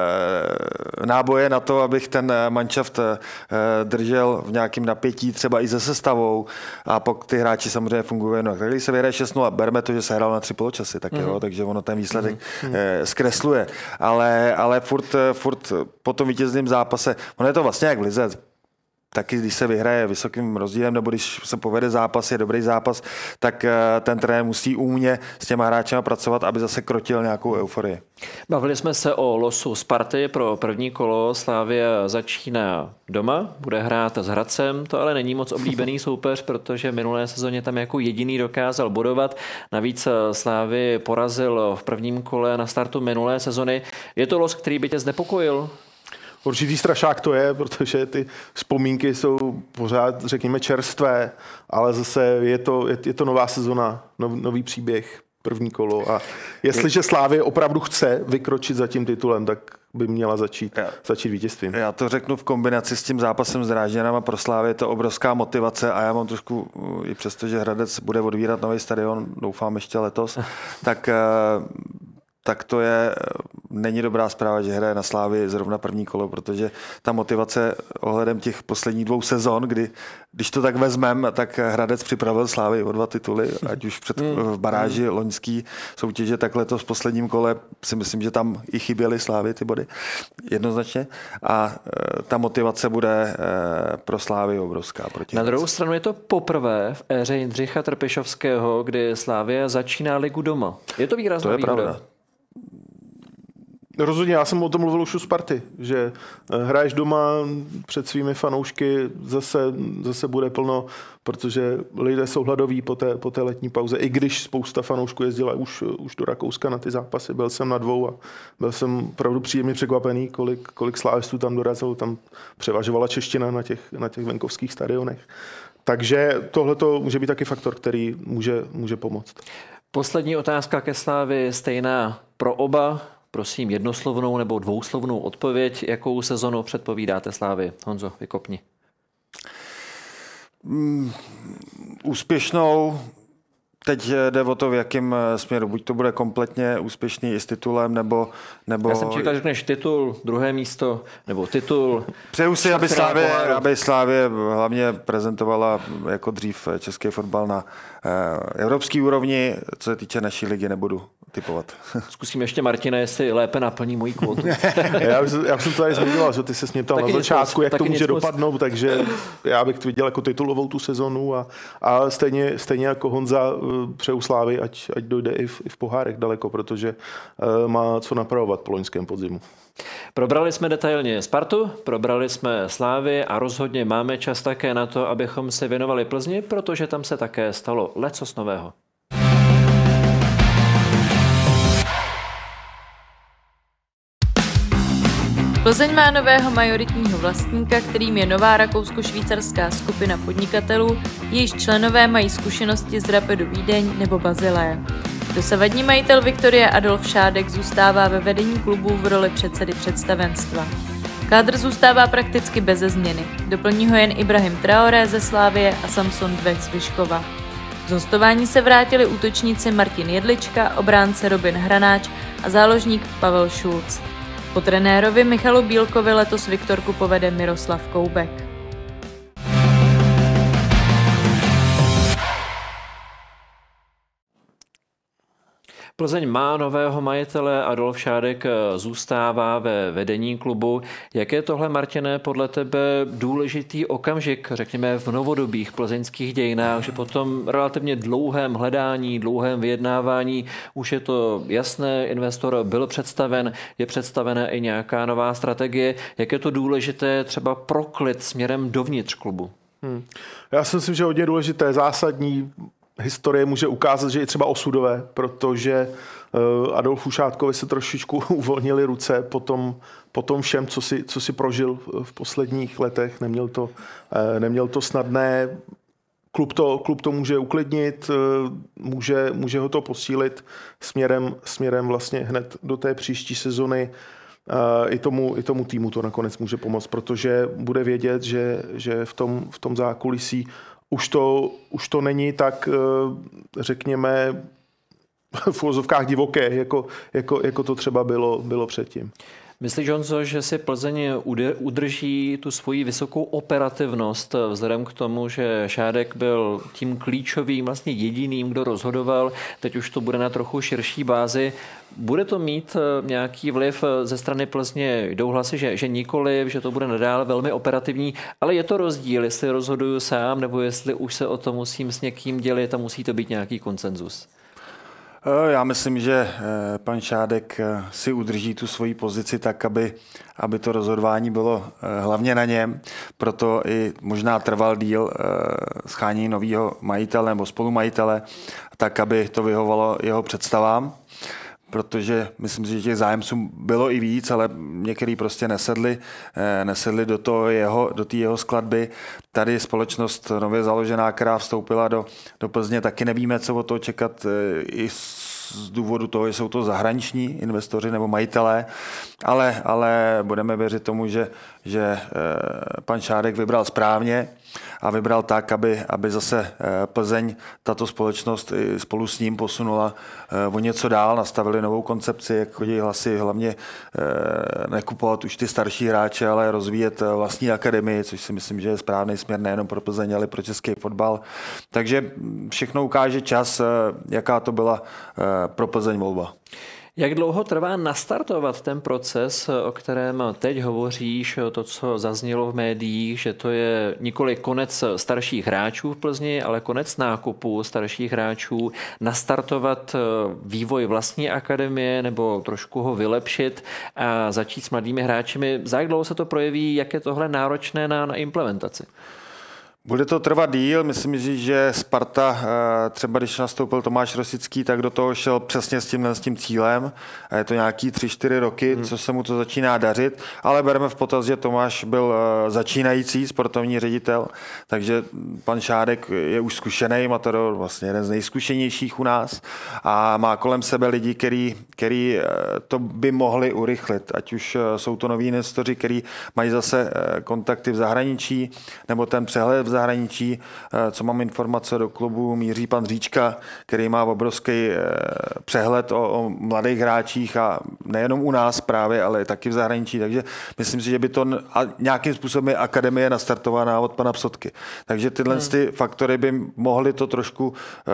náboje na to, abych ten manšaft e, držel v nějakém napětí, třeba i se sestavou a pokud ty hráči samozřejmě fungují. No, když se vyhraje šest nula, berme to, že se hrál na tři poločasy, tak mm. jo, takže ono ten výsledek mm. e, zkresluje. Ale, ale furt, furt po tom vítězném zápase, ono je to vlastně jak v lize, taky když se vyhraje vysokým rozdílem, nebo když se povede zápas, je dobrý zápas, tak ten trenér musí úmě s těma hráčema pracovat, aby zase krotil nějakou euforii. Bavili jsme se o losu Sparty pro první kolo. Slavia začíná doma, bude hrát s Hradcem, to ale není moc oblíbený soupeř, protože minulé sezóně tam jako jediný dokázal bodovat. Navíc Slavii porazil v prvním kole na startu minulé sezony. Je to los, který by tě znepokojil? Určitý strašák to je, protože ty vzpomínky jsou pořád, řekněme, čerstvé, ale zase je to, je, je to nová sezona, nov, nový příběh, první kolo a jestliže Slavie opravdu chce vykročit za tím titulem, tak by měla začít, já, začít vítězstvím. Já to řeknu v kombinaci s tím zápasem s Drážďanama pro Slavii, je to obrovská motivace a já mám trošku, i přesto, že Hradec bude odvírat nový stadion, doufám ještě letos, tak tak to je, není dobrá zpráva, že hraje na Slávii zrovna první kolo, protože ta motivace ohledem těch posledních dvou sezon, kdy, když to tak vezmeme, tak Hradec připravil Slávii o dva tituly, ať už před v baráži loňský soutěže, tak letos v posledním kole si myslím, že tam i chyběly Slávii ty body, jednoznačně. A e, ta motivace bude e, pro Slávii obrovská. Proti na druhou stranu je to poprvé v éře Jindřicha Trpišovského, kdy Slavia začíná ligu doma. Je to výrazná To je výhoda. pravda. Rozhodně, já jsem o tom mluvil už u Sparty, že hraješ doma před svými fanoušky, zase, zase bude plno, protože lidé jsou hladoví po té, po té letní pauze, i když spousta fanoušků jezdila už, už do Rakouska na ty zápasy, byl jsem na dvou a byl jsem opravdu příjemně překvapený, kolik, kolik slávistů tam dorazilo, tam převažovala čeština na těch, na těch venkovských stadionech. Takže tohle může být taky faktor, který může, může pomoct. Poslední otázka ke Slávii, stejná pro oba. Prosím, jednoslovnou nebo dvouslovnou odpověď. Jakou sezonu předpovídáte Slávii? Honzo, vykopni. Mm, úspěšnou. Teď jde o to, v jakém směru. Buď to bude kompletně úspěšný i s titulem, nebo... nebo... Já jsem čekal, že řekneš titul, druhé místo, nebo titul. Přeju si, aby Slávie, aby Slávie hlavně prezentovala jako dřív český fotbal na eh, evropské úrovni. Co se týče naší ligy, nebudu typovat. Zkusím ještě, Martina, jestli lépe naplní mojí kvotu. já, já jsem to tady zmiňoval, že ty se mě ptal na začátku, jak to může dopadnout, takže já bych to viděl jako titulovou tu sezonu a, a stejně, stejně jako Honza přeju Slávy, ať, ať dojde i v, i v pohárech daleko, protože uh, má co napravovat po loňském podzimu. Probrali jsme detailně Spartu, probrali jsme Slávy a rozhodně máme čas také na to, abychom se věnovali Plzni, protože tam se také stalo lecos nového. Plzeň má nového majoritního vlastníka, kterým je nová rakousko-švýcarská skupina podnikatelů, jejíž členové mají zkušenosti z Rapidu Vídeň nebo Bazileje. Dosavadní majitel Viktoria Adolf Šádek zůstává ve vedení klubu v roli předsedy představenstva. Kádr zůstává prakticky beze změny. Doplní ho jen Ibrahim Traoré ze Slavie a Samson Dvech z Vyškova. Z hostování se vrátili útočníci Martin Jedlička, obránce Robin Hranáč a záložník Pavel Šulc. Po trenérovi Michalu Bílkovi letos Viktorku povede Miroslav Koubek. Plzeň má nového majitele, Adolf Šádek zůstává ve vedení klubu. Jak je tohle, Martine, podle tebe důležitý okamžik, řekněme v novodobých plzeňských dějinách, že po tom relativně dlouhém hledání, dlouhém vyjednávání už je to jasné, investor byl představen, je představená i nějaká nová strategie. Jak je to důležité třeba pro klid směrem dovnitř klubu? Hmm. Já si myslím, že hodně důležité, zásadní. Historie může ukázat, že je třeba osudové, protože Adolfu Šádkovi se trošičku uvolnili ruce po tom, po tom všem, co si, co si prožil v posledních letech. Neměl to, neměl to snadné. Klub to, klub to může uklidnit, může, může ho to posílit směrem, směrem vlastně hned do té příští sezony. I tomu, i tomu týmu to nakonec může pomoct, protože bude vědět, že, že v tom, v tom zákulisí Už to, už to není tak, řekněme, v uvozovkách divoké, jako, jako, jako to třeba bylo, bylo předtím. Myslíš, Honzo, že si Plzeň udrží tu svoji vysokou operativnost vzhledem k tomu, že Šádek byl tím klíčovým, vlastně jediným, kdo rozhodoval, teď už to bude na trochu širší bázi. Bude to mít nějaký vliv ze strany Plzně? Jdou hlasy, že, že nikoliv, že to bude nadále velmi operativní, ale je to rozdíl, jestli rozhoduju sám, nebo jestli už se o to musím s někým dělit a musí to být nějaký konsenzus. Já myslím, že pan Šádek si udrží tu svoji pozici tak, aby, aby to rozhodování bylo hlavně na něm. Proto i možná trval díl schání nového majitele nebo spolumajitele, tak, aby to vyhovovalo jeho představám. Protože myslím si, že těch zájemců bylo i víc, ale některý prostě nesedli, nesedli do toho jeho, do té jeho skladby. Tady společnost nově založená, která vstoupila do, do Plzně, taky nevíme, co od toho čekat i z důvodu toho, že jsou to zahraniční investoři nebo majitelé, ale, ale budeme věřit tomu, že, že pan Šádek vybral správně a vybral tak, aby, aby zase Plzeň, tato společnost i spolu s ním posunula o něco dál, nastavili novou koncepci, jak chodí hlasy, hlavně nekupovat už ty starší hráče, ale rozvíjet vlastní akademii, což si myslím, že je správný směr nejenom pro Plzeň, ale pro český fotbal. Takže všechno ukáže čas, jaká to byla pro Plzeň volba. Jak dlouho trvá nastartovat ten proces, o kterém teď hovoříš, to, co zaznělo v médiích, že to je nikoli konec starších hráčů v Plzni, ale konec nákupu starších hráčů, nastartovat vývoj vlastní akademie nebo trošku ho vylepšit a začít s mladými hráči. Za jak dlouho se to projeví, jak je tohle náročné na, na implementaci? Bude to trvat díl, myslím, že Sparta, třeba když nastoupil Tomáš Rosický, tak do toho šel přesně s tím, s tím cílem. A je to nějaký tři čtyři roky, hmm. co se mu to začíná dařit, ale bereme v potaz, že Tomáš byl začínající sportovní ředitel, takže pan Šádek je už zkušený matador, vlastně jeden z nejzkušenějších u nás a má kolem sebe lidi, který, který to by mohli urychlit, ať už jsou to noví investoři, který mají zase kontakty v zahraničí, nebo ten přehled v zahraničí, co mám informace do klubu, míří pan Říčka, který má obrovský přehled o, o mladých hráčích a nejenom u nás právě, ale taky v zahraničí, takže myslím si, že by to a nějakým způsobem je akademie nastartovaná od pana Psotky. Takže tyhle hmm. ty faktory by mohly to trošku uh,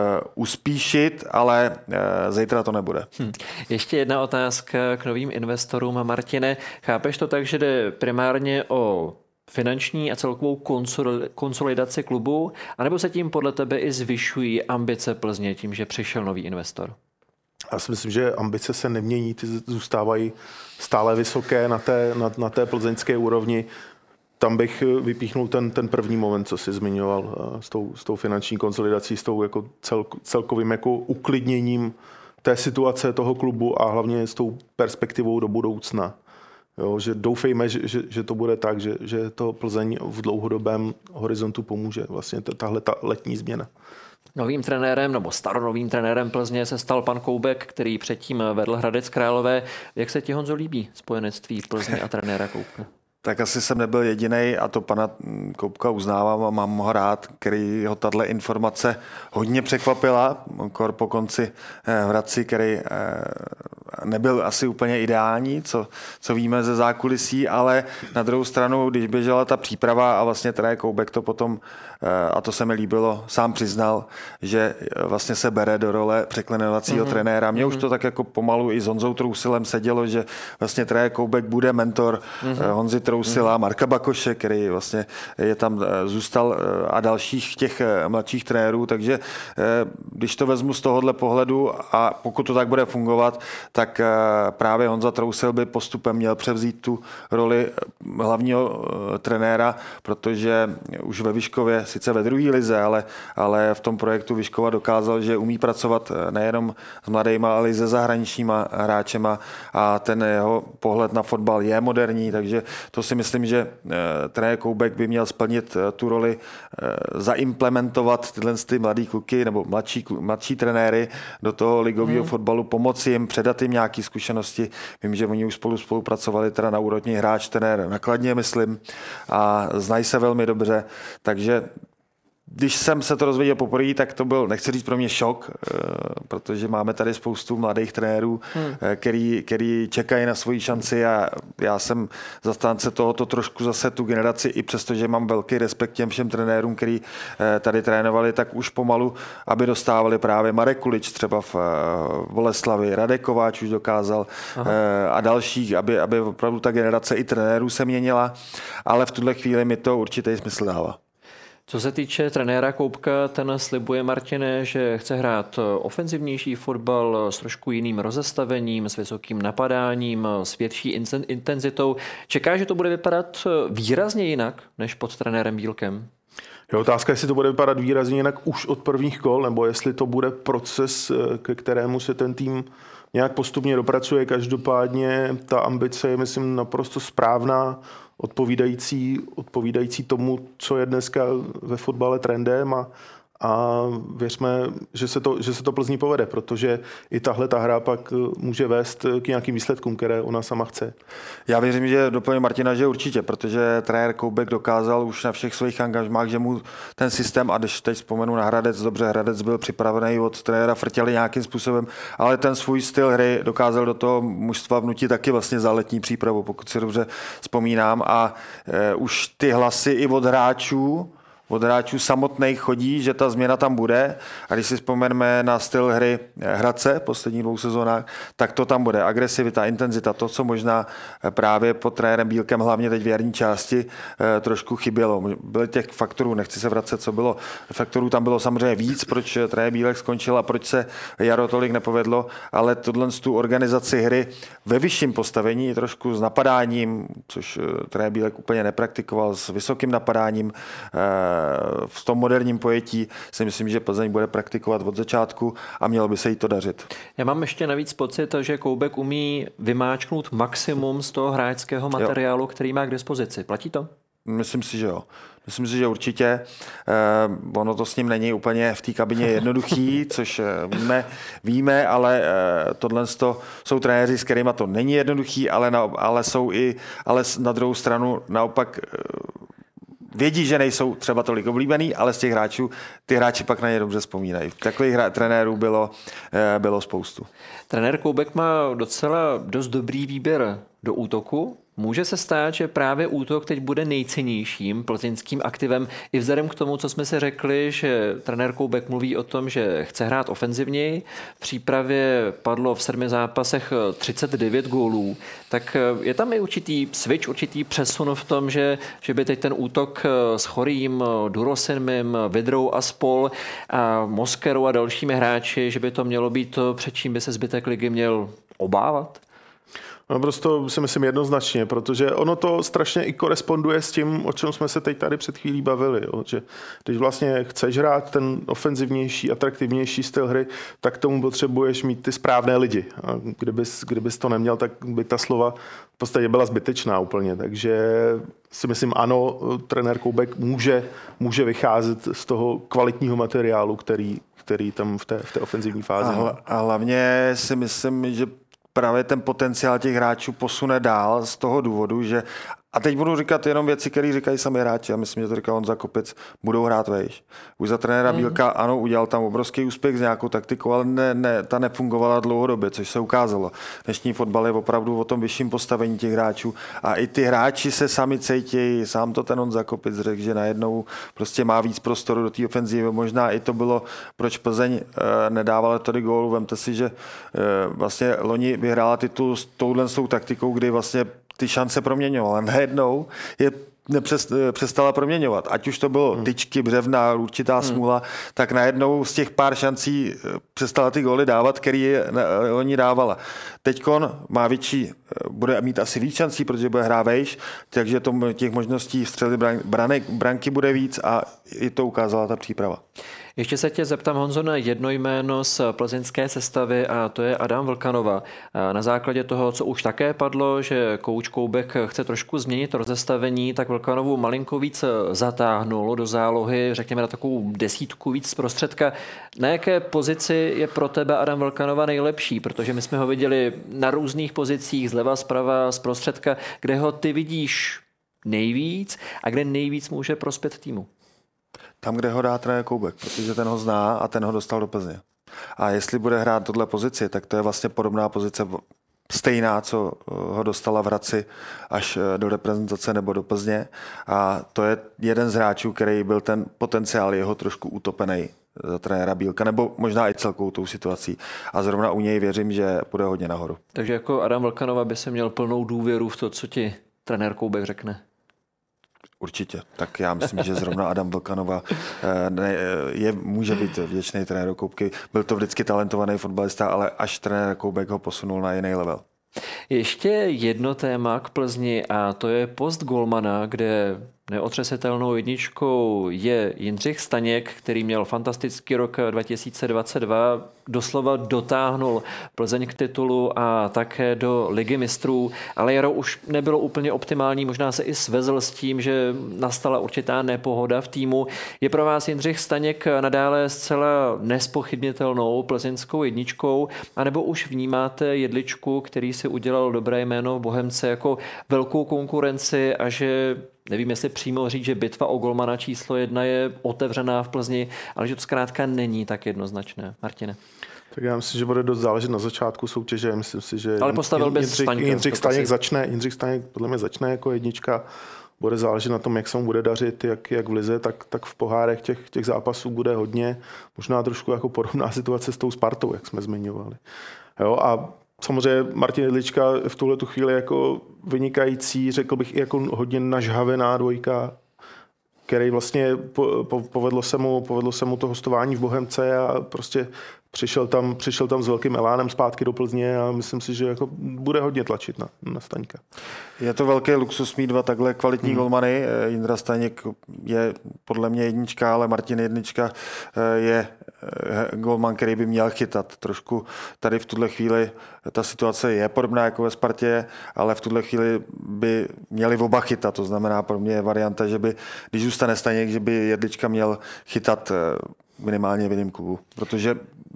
uspíšit, ale uh, zítra to nebude. Hmm. Ještě jedna otázka k novým investorům. Martine, chápeš to tak, že jde primárně o finanční a celkovou konsolidaci klubu, anebo se tím podle tebe i zvyšují ambice Plzně tím, že přišel nový investor? Já si myslím, že ambice se nemění, ty zůstávají stále vysoké na té, na, na té plzeňské úrovni. Tam bych vypíchnul ten, ten první moment, co jsi zmiňoval s tou, s tou finanční konsolidací, s tou jako cel, celkovým jako uklidněním té situace toho klubu a hlavně s tou perspektivou do budoucna. Jo, že doufejme, že, že, že to bude tak, že, že to Plzeň v dlouhodobém horizontu pomůže. Vlastně tahle ta letní změna. Novým trenérem nebo staronovým trenérem Plzně se stal pan Koubek, který předtím vedl Hradec Králové. Jak se ti, Honzo, líbí spojenectví Plzně a trenéra Koubka? Tak asi jsem nebyl jedinej a to pana Koubka uznávám a mám ho rád, který ho tato informace hodně překvapila, kor po konci v Hradci, který nebyl asi úplně ideální, co, co víme ze zákulisí, ale na druhou stranu, když běžela ta příprava a vlastně trenér Koubek to potom, a to se mi líbilo, sám přiznal, že vlastně se bere do role překlenovacího mm-hmm. trenéra. Mně mm-hmm. už to tak jako pomalu i s Honzou Trousilem sedělo, že vlastně trenér Koubek bude mentor mm-hmm. Honzy Trousila, mm-hmm. Marka Bakoše, který vlastně je tam zůstal, a dalších těch mladších trenérů, takže když to vezmu z tohohle pohledu a pokud to tak bude fungovat, tak právě Honza Trousil by postupem měl převzít tu roli hlavního trenéra, protože už ve Vyškově, sice ve druhé lize, ale, ale v tom projektu Vyškova dokázal, že umí pracovat nejenom s mladýma, ale i se zahraničníma hráčema a ten jeho pohled na fotbal je moderní, takže to si myslím, že trenér Koubek by měl splnit tu roli, zaimplementovat tyhle ty mladý kluky nebo mladší, mladší trenéry do toho ligového hmm. fotbalu, pomoci jim, předat jim nějaké zkušenosti. Vím, že oni už spolu spolupracovali teda na úrovni hráč, trenér na Kladně, myslím, a znají se velmi dobře, takže když jsem se to dozvěděl poprvé, tak to byl, nechci říct pro mě šok, protože máme tady spoustu mladých trenérů, hmm. který, který čekají na svoji šanci a já jsem zastánce tohoto trošku zase tu generaci, i přesto, že mám velký respekt těm všem trenérům, který tady trénovali, tak už pomalu, aby dostávali právě Marek Kulič třeba v Boleslavi, Radek Kováč už dokázal Aha. a dalších, aby, aby opravdu ta generace i trenérů se měnila, ale v tuhle chvíli mi to určitý smysl dává. Co se týče trenéra Koubka, ten slibuje, Martine, že chce hrát ofenzivnější fotbal s trošku jiným rozestavením, s vysokým napadáním, s větší intenzitou. Čeká, že to bude vypadat výrazně jinak než pod trenérem Bílkem? Je otázka, jestli to bude vypadat výrazně jinak už od prvních kol, nebo jestli to bude proces, ke kterému se ten tým nějak postupně dopracuje. Každopádně ta ambice je, myslím, naprosto správná, odpovídající, odpovídající tomu, co je dneska ve fotbale trendem a, a věřme, že se, to, že se to Plzni povede, protože i tahle ta hra pak může vést k nějakým výsledkům, které ona sama chce. Já věřím, že doplním Martina, že určitě, protože trenér Koubek dokázal už na všech svých angažmách, že mu ten systém, a když teď vzpomenu na Hradec, dobře, Hradec byl připravený od trenéra Frtěly nějakým způsobem, ale ten svůj styl hry dokázal do toho mužstva vnutit taky vlastně za letní přípravu, pokud si dobře vzpomínám, a e, už ty hlasy i od hráčů, od hráčů samotných chodí, že ta změna tam bude. A když si vzpomeneme na styl hry Hradce v posledních dvou sezónách, tak to tam bude. Agresivita, intenzita, to, co možná právě pod trenérem Bílkem, hlavně teď v jarní části, trošku chybělo. Byly těch faktorů, nechci se vracet, co bylo. Faktorů tam bylo samozřejmě víc, proč trenér Bílek skončil a proč se jaro tolik nepovedlo, ale tohle tu organizaci hry ve vyšším postavení, trošku s napadáním, což trenér Bílek úplně nepraktikoval, s vysokým napadáním, v tom moderním pojetí si myslím, že Plzeň bude praktikovat od začátku a mělo by se jí to dařit. Já mám ještě navíc pocit, že Koubek umí vymáčknout maximum z toho hráčského materiálu, jo. který má k dispozici. Platí to? Myslím si, že jo. Myslím si, že určitě. Eh, ono to s ním není úplně v té kabině jednoduchý, což víme, víme, ale eh, tohle jsou trenéři, s kterými to není jednoduchý, ale, na, ale jsou i, ale na druhou stranu naopak eh, vědí, že nejsou třeba tolik oblíbený, ale z těch hráčů, ty hráči pak na ně dobře vzpomínají. Takových hra, trenérů bylo, bylo spoustu. Trenér Koubek má docela dost dobrý výběr do útoku. Může se stát, že právě útok teď bude nejcennějším plzeňským aktivem i vzhledem k tomu, co jsme si řekli, že trenér Koubek mluví o tom, že chce hrát ofenzivněji. V přípravě padlo v sedmi zápasech třicet devět gólů. Tak je tam i určitý switch, určitý přesun v tom, že, že by teď ten útok s Chorým, Durosinmim, Vidrou a spol a Moskerou a dalšími hráči, že by to mělo být to, před čím by se zbytek ligy měl obávat? No prostě si myslím jednoznačně, protože ono to strašně i koresponduje s tím, o čem jsme se teď tady před chvílí bavili. Jo? Že když vlastně chceš hrát ten ofenzivnější, atraktivnější styl hry, tak tomu potřebuješ mít ty správné lidi. A kdybys, kdybys to neměl, tak by ta slova v podstatě byla zbytečná úplně. Takže si myslím, ano, trenér Koubek může, může vycházet z toho kvalitního materiálu, který, který tam v té, v té ofenzivní fázi. A, a hlavně si myslím, že právě ten potenciál těch hráčů posune dál z toho důvodu, že A teď budu říkat jenom věci, které říkají sami hráči. A myslím, že to říkal Honza Kopec, budou hrát vejš. Už za trenéra Bílka, ano, udělal tam obrovský úspěch s nějakou taktikou, ale ne, ne, ta nefungovala dlouhodobě, což se ukázalo. Dnešní fotbal je opravdu o tom vyšším postavení těch hráčů. A i ty hráči se sami cítějí, sám to ten Honza Kopec řekl, že najednou prostě má víc prostoru do té ofenzívy. Možná i to bylo, proč Plzeň e, nedávala tady gólu. Vemte si, že e, vlastně loni vyhrála titul s touhle s tou taktikou, kdy vlastně ty šance proměňovala. Najednou je nepřest, přestala proměňovat. Ať už to bylo hmm. tyčky, břevna, určitá hmm. smůla, tak najednou z těch pár šancí přestala ty góly dávat, který oni dávala. Teďkon má větší, bude mít asi víc šancí, protože bude hrát vejš, takže tom, těch možností střelit branek, branky bude víc a i to ukázala ta příprava. Ještě se tě zeptám, Honzo, na jedno jméno z plzeňské sestavy a to je Adam Vlkanova. Na základě toho, co už také padlo, že kouč Koubek chce trošku změnit rozestavení, tak Vlkanovu malinko víc zatáhnul do zálohy, řekněme na takovou desítku víc z prostředka. Na jaké pozici je pro tebe Adam Vlkanova nejlepší? Protože my jsme ho viděli na různých pozicích, zleva, zprava, z prostředka. Kde ho ty vidíš nejvíc a kde nejvíc může prospět týmu? Tam, kde ho dá trenér Koubek, protože ten ho zná a ten ho dostal do Plzně. A jestli bude hrát tohle pozici, tak to je vlastně podobná pozice, stejná, co ho dostala v Hradci až do reprezentace nebo do Plzně. A to je jeden z hráčů, který byl ten potenciál jeho trošku utopený za trenéra Bílka, nebo možná i celkou tou situací. A zrovna u něj věřím, že půjde hodně nahoru. Takže jako Adam Vlkanova by se měl plnou důvěru v to, co ti trenér Koubek řekne. Určitě. Tak já myslím, že zrovna Adam Vlkanova je, může být vděčný trenéru Koubky. Byl to vždycky talentovaný fotbalista, ale až trenér Koubek ho posunul na jiný level. Ještě jedno téma k Plzni a to je post golmana, kde neotřesitelnou jedničkou je Jindřich Staněk, který měl fantastický rok dva tisíce dvacet dva, doslova dotáhnul Plzeň k titulu a také do Ligy mistrů, ale jaro už nebylo úplně optimální, možná se i svezl s tím, že nastala určitá nepohoda v týmu. Je pro vás Jindřich Staněk nadále zcela nespochybnitelnou plzeňskou jedničkou, anebo už vnímáte jedličku, který si udělal dobré jméno v Bohemce jako velkou konkurenci a že nevím, jestli přímo říct, že bitva o golmana číslo jedna je otevřená v Plzni, ale že to zkrátka není tak jednoznačné. Martine. Tak já myslím, že bude dost záležet na začátku soutěže. Myslím si, že ale postavil bez Jindřich, Staňka, Jindřich Staněk začne, Jindřich Staněk podle mě začne jako jednička. Bude záležet na tom, jak se mu bude dařit, jak, jak v lize, tak, tak v pohárech těch, těch zápasů bude hodně. Možná trošku jako podobná situace s tou Spartou, jak jsme zmiňovali. Jo, a samozřejmě Martin Jedlička v tuhletu chvíli jako vynikající, řekl bych i jako hodně nažhavená dvojka, který vlastně po, po, povedlo, se mu, povedlo se mu to hostování v Bohemce a prostě přišel tam, přišel tam s velkým elánem zpátky do Plzně a myslím si, že jako bude hodně tlačit na, na Staňka. Je to velký luxus mít dva takhle kvalitní hmm. golmany. Jindra Staněk je podle mě jednička, ale Martin Jednička je golman, který by měl chytat. Trošku tady v tuhle chvíli ta situace je podobná jako ve Spartě, ale v tuhle chvíli by měli oba chytat. To znamená pro mě je varianta, že by, když zůstane Staněk, že by Jedlička měl chytat minimálně v jiném klubu, protože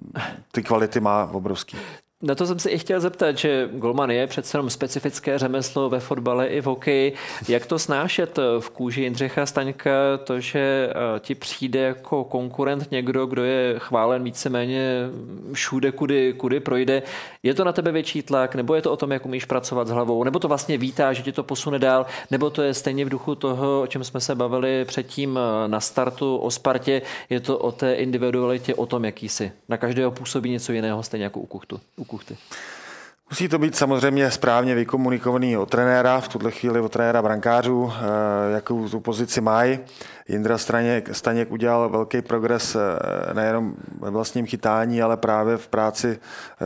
ty kvality má obrovský. Na to jsem se i chtěl zeptat, že golman je přece jenom specifické řemeslo ve fotbale i v hokeji. Jak to snášet v kůži Jindřicha Staňka, to, že ti přijde jako konkurent někdo, kdo je chválen víceméně všude, kudy, kudy projde. Je to na tebe větší tlak, nebo je to o tom, jak umíš pracovat s hlavou, nebo to vlastně vítá, že ti to posune dál, nebo to je stejně v duchu toho, o čem jsme se bavili předtím na startu o Spartě, je to o té individualitě, o tom, jaký jsi. Na každého působí něco jiného, stejně jako u Kuchtu. Kuchty. Musí to být samozřejmě správně vykomunikovaný od trenéra, v tuhle chvíli od trenéra brankářů, jakou tu pozici mají. Jindra Staněk, Staněk udělal velký progres nejenom ve vlastním chytání, ale právě v práci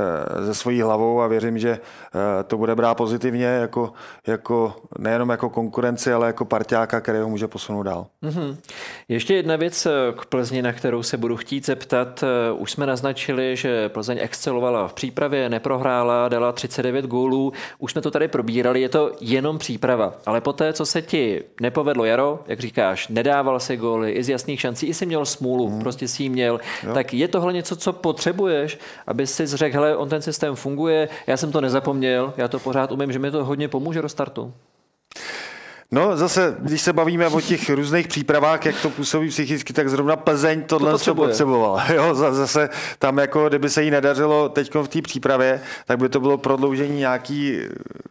se svojí hlavou a věřím, že to bude brát pozitivně jako, jako, nejenom jako konkurenci, ale jako parťáka, který ho může posunout dál. Mm-hmm. Ještě jedna věc k Plzni, na kterou se budu chtít zeptat. Už jsme naznačili, že Plzeň excelovala v přípravě, neprohrála, dala třicet devět gólů. Už jsme to tady probírali, je to jenom příprava. Ale poté, co se ti nepovedlo jaro, jak říkáš, nedával si góly, i z jasných šancí, i si měl smůlu, hmm. prostě si ji měl, jo. Tak je tohle něco, co potřebuješ, aby si řekl, hele, on ten systém funguje, já jsem to nezapomněl, já to pořád umím, že mi to hodně pomůže do startu. No zase, když se bavíme o těch různých přípravách, jak to působí psychicky, tak zrovna Plzeň tohle to potřebovala. Jo, zase tam jako, kdyby se jí nedařilo teď v té přípravě, tak by to bylo prodloužení nějaký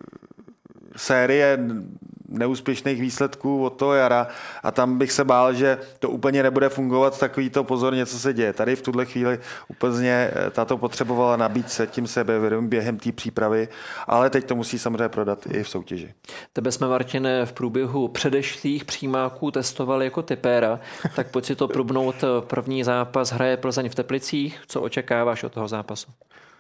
série neúspěšných výsledků od toho jara a tam bych se bál, že to úplně nebude fungovat takový to pozor, něco se děje. Tady v tuhle chvíli úplně tato potřebovala nabít se tím sebevědomí během té přípravy, ale teď to musí samozřejmě prodat i v soutěži. Tebe jsme, Martine, v průběhu předešlých přímáků testovali jako tipéra, tak pojď si to průbnout. První zápas hraje Plzeň v Teplicích. Co očekáváš od toho zápasu?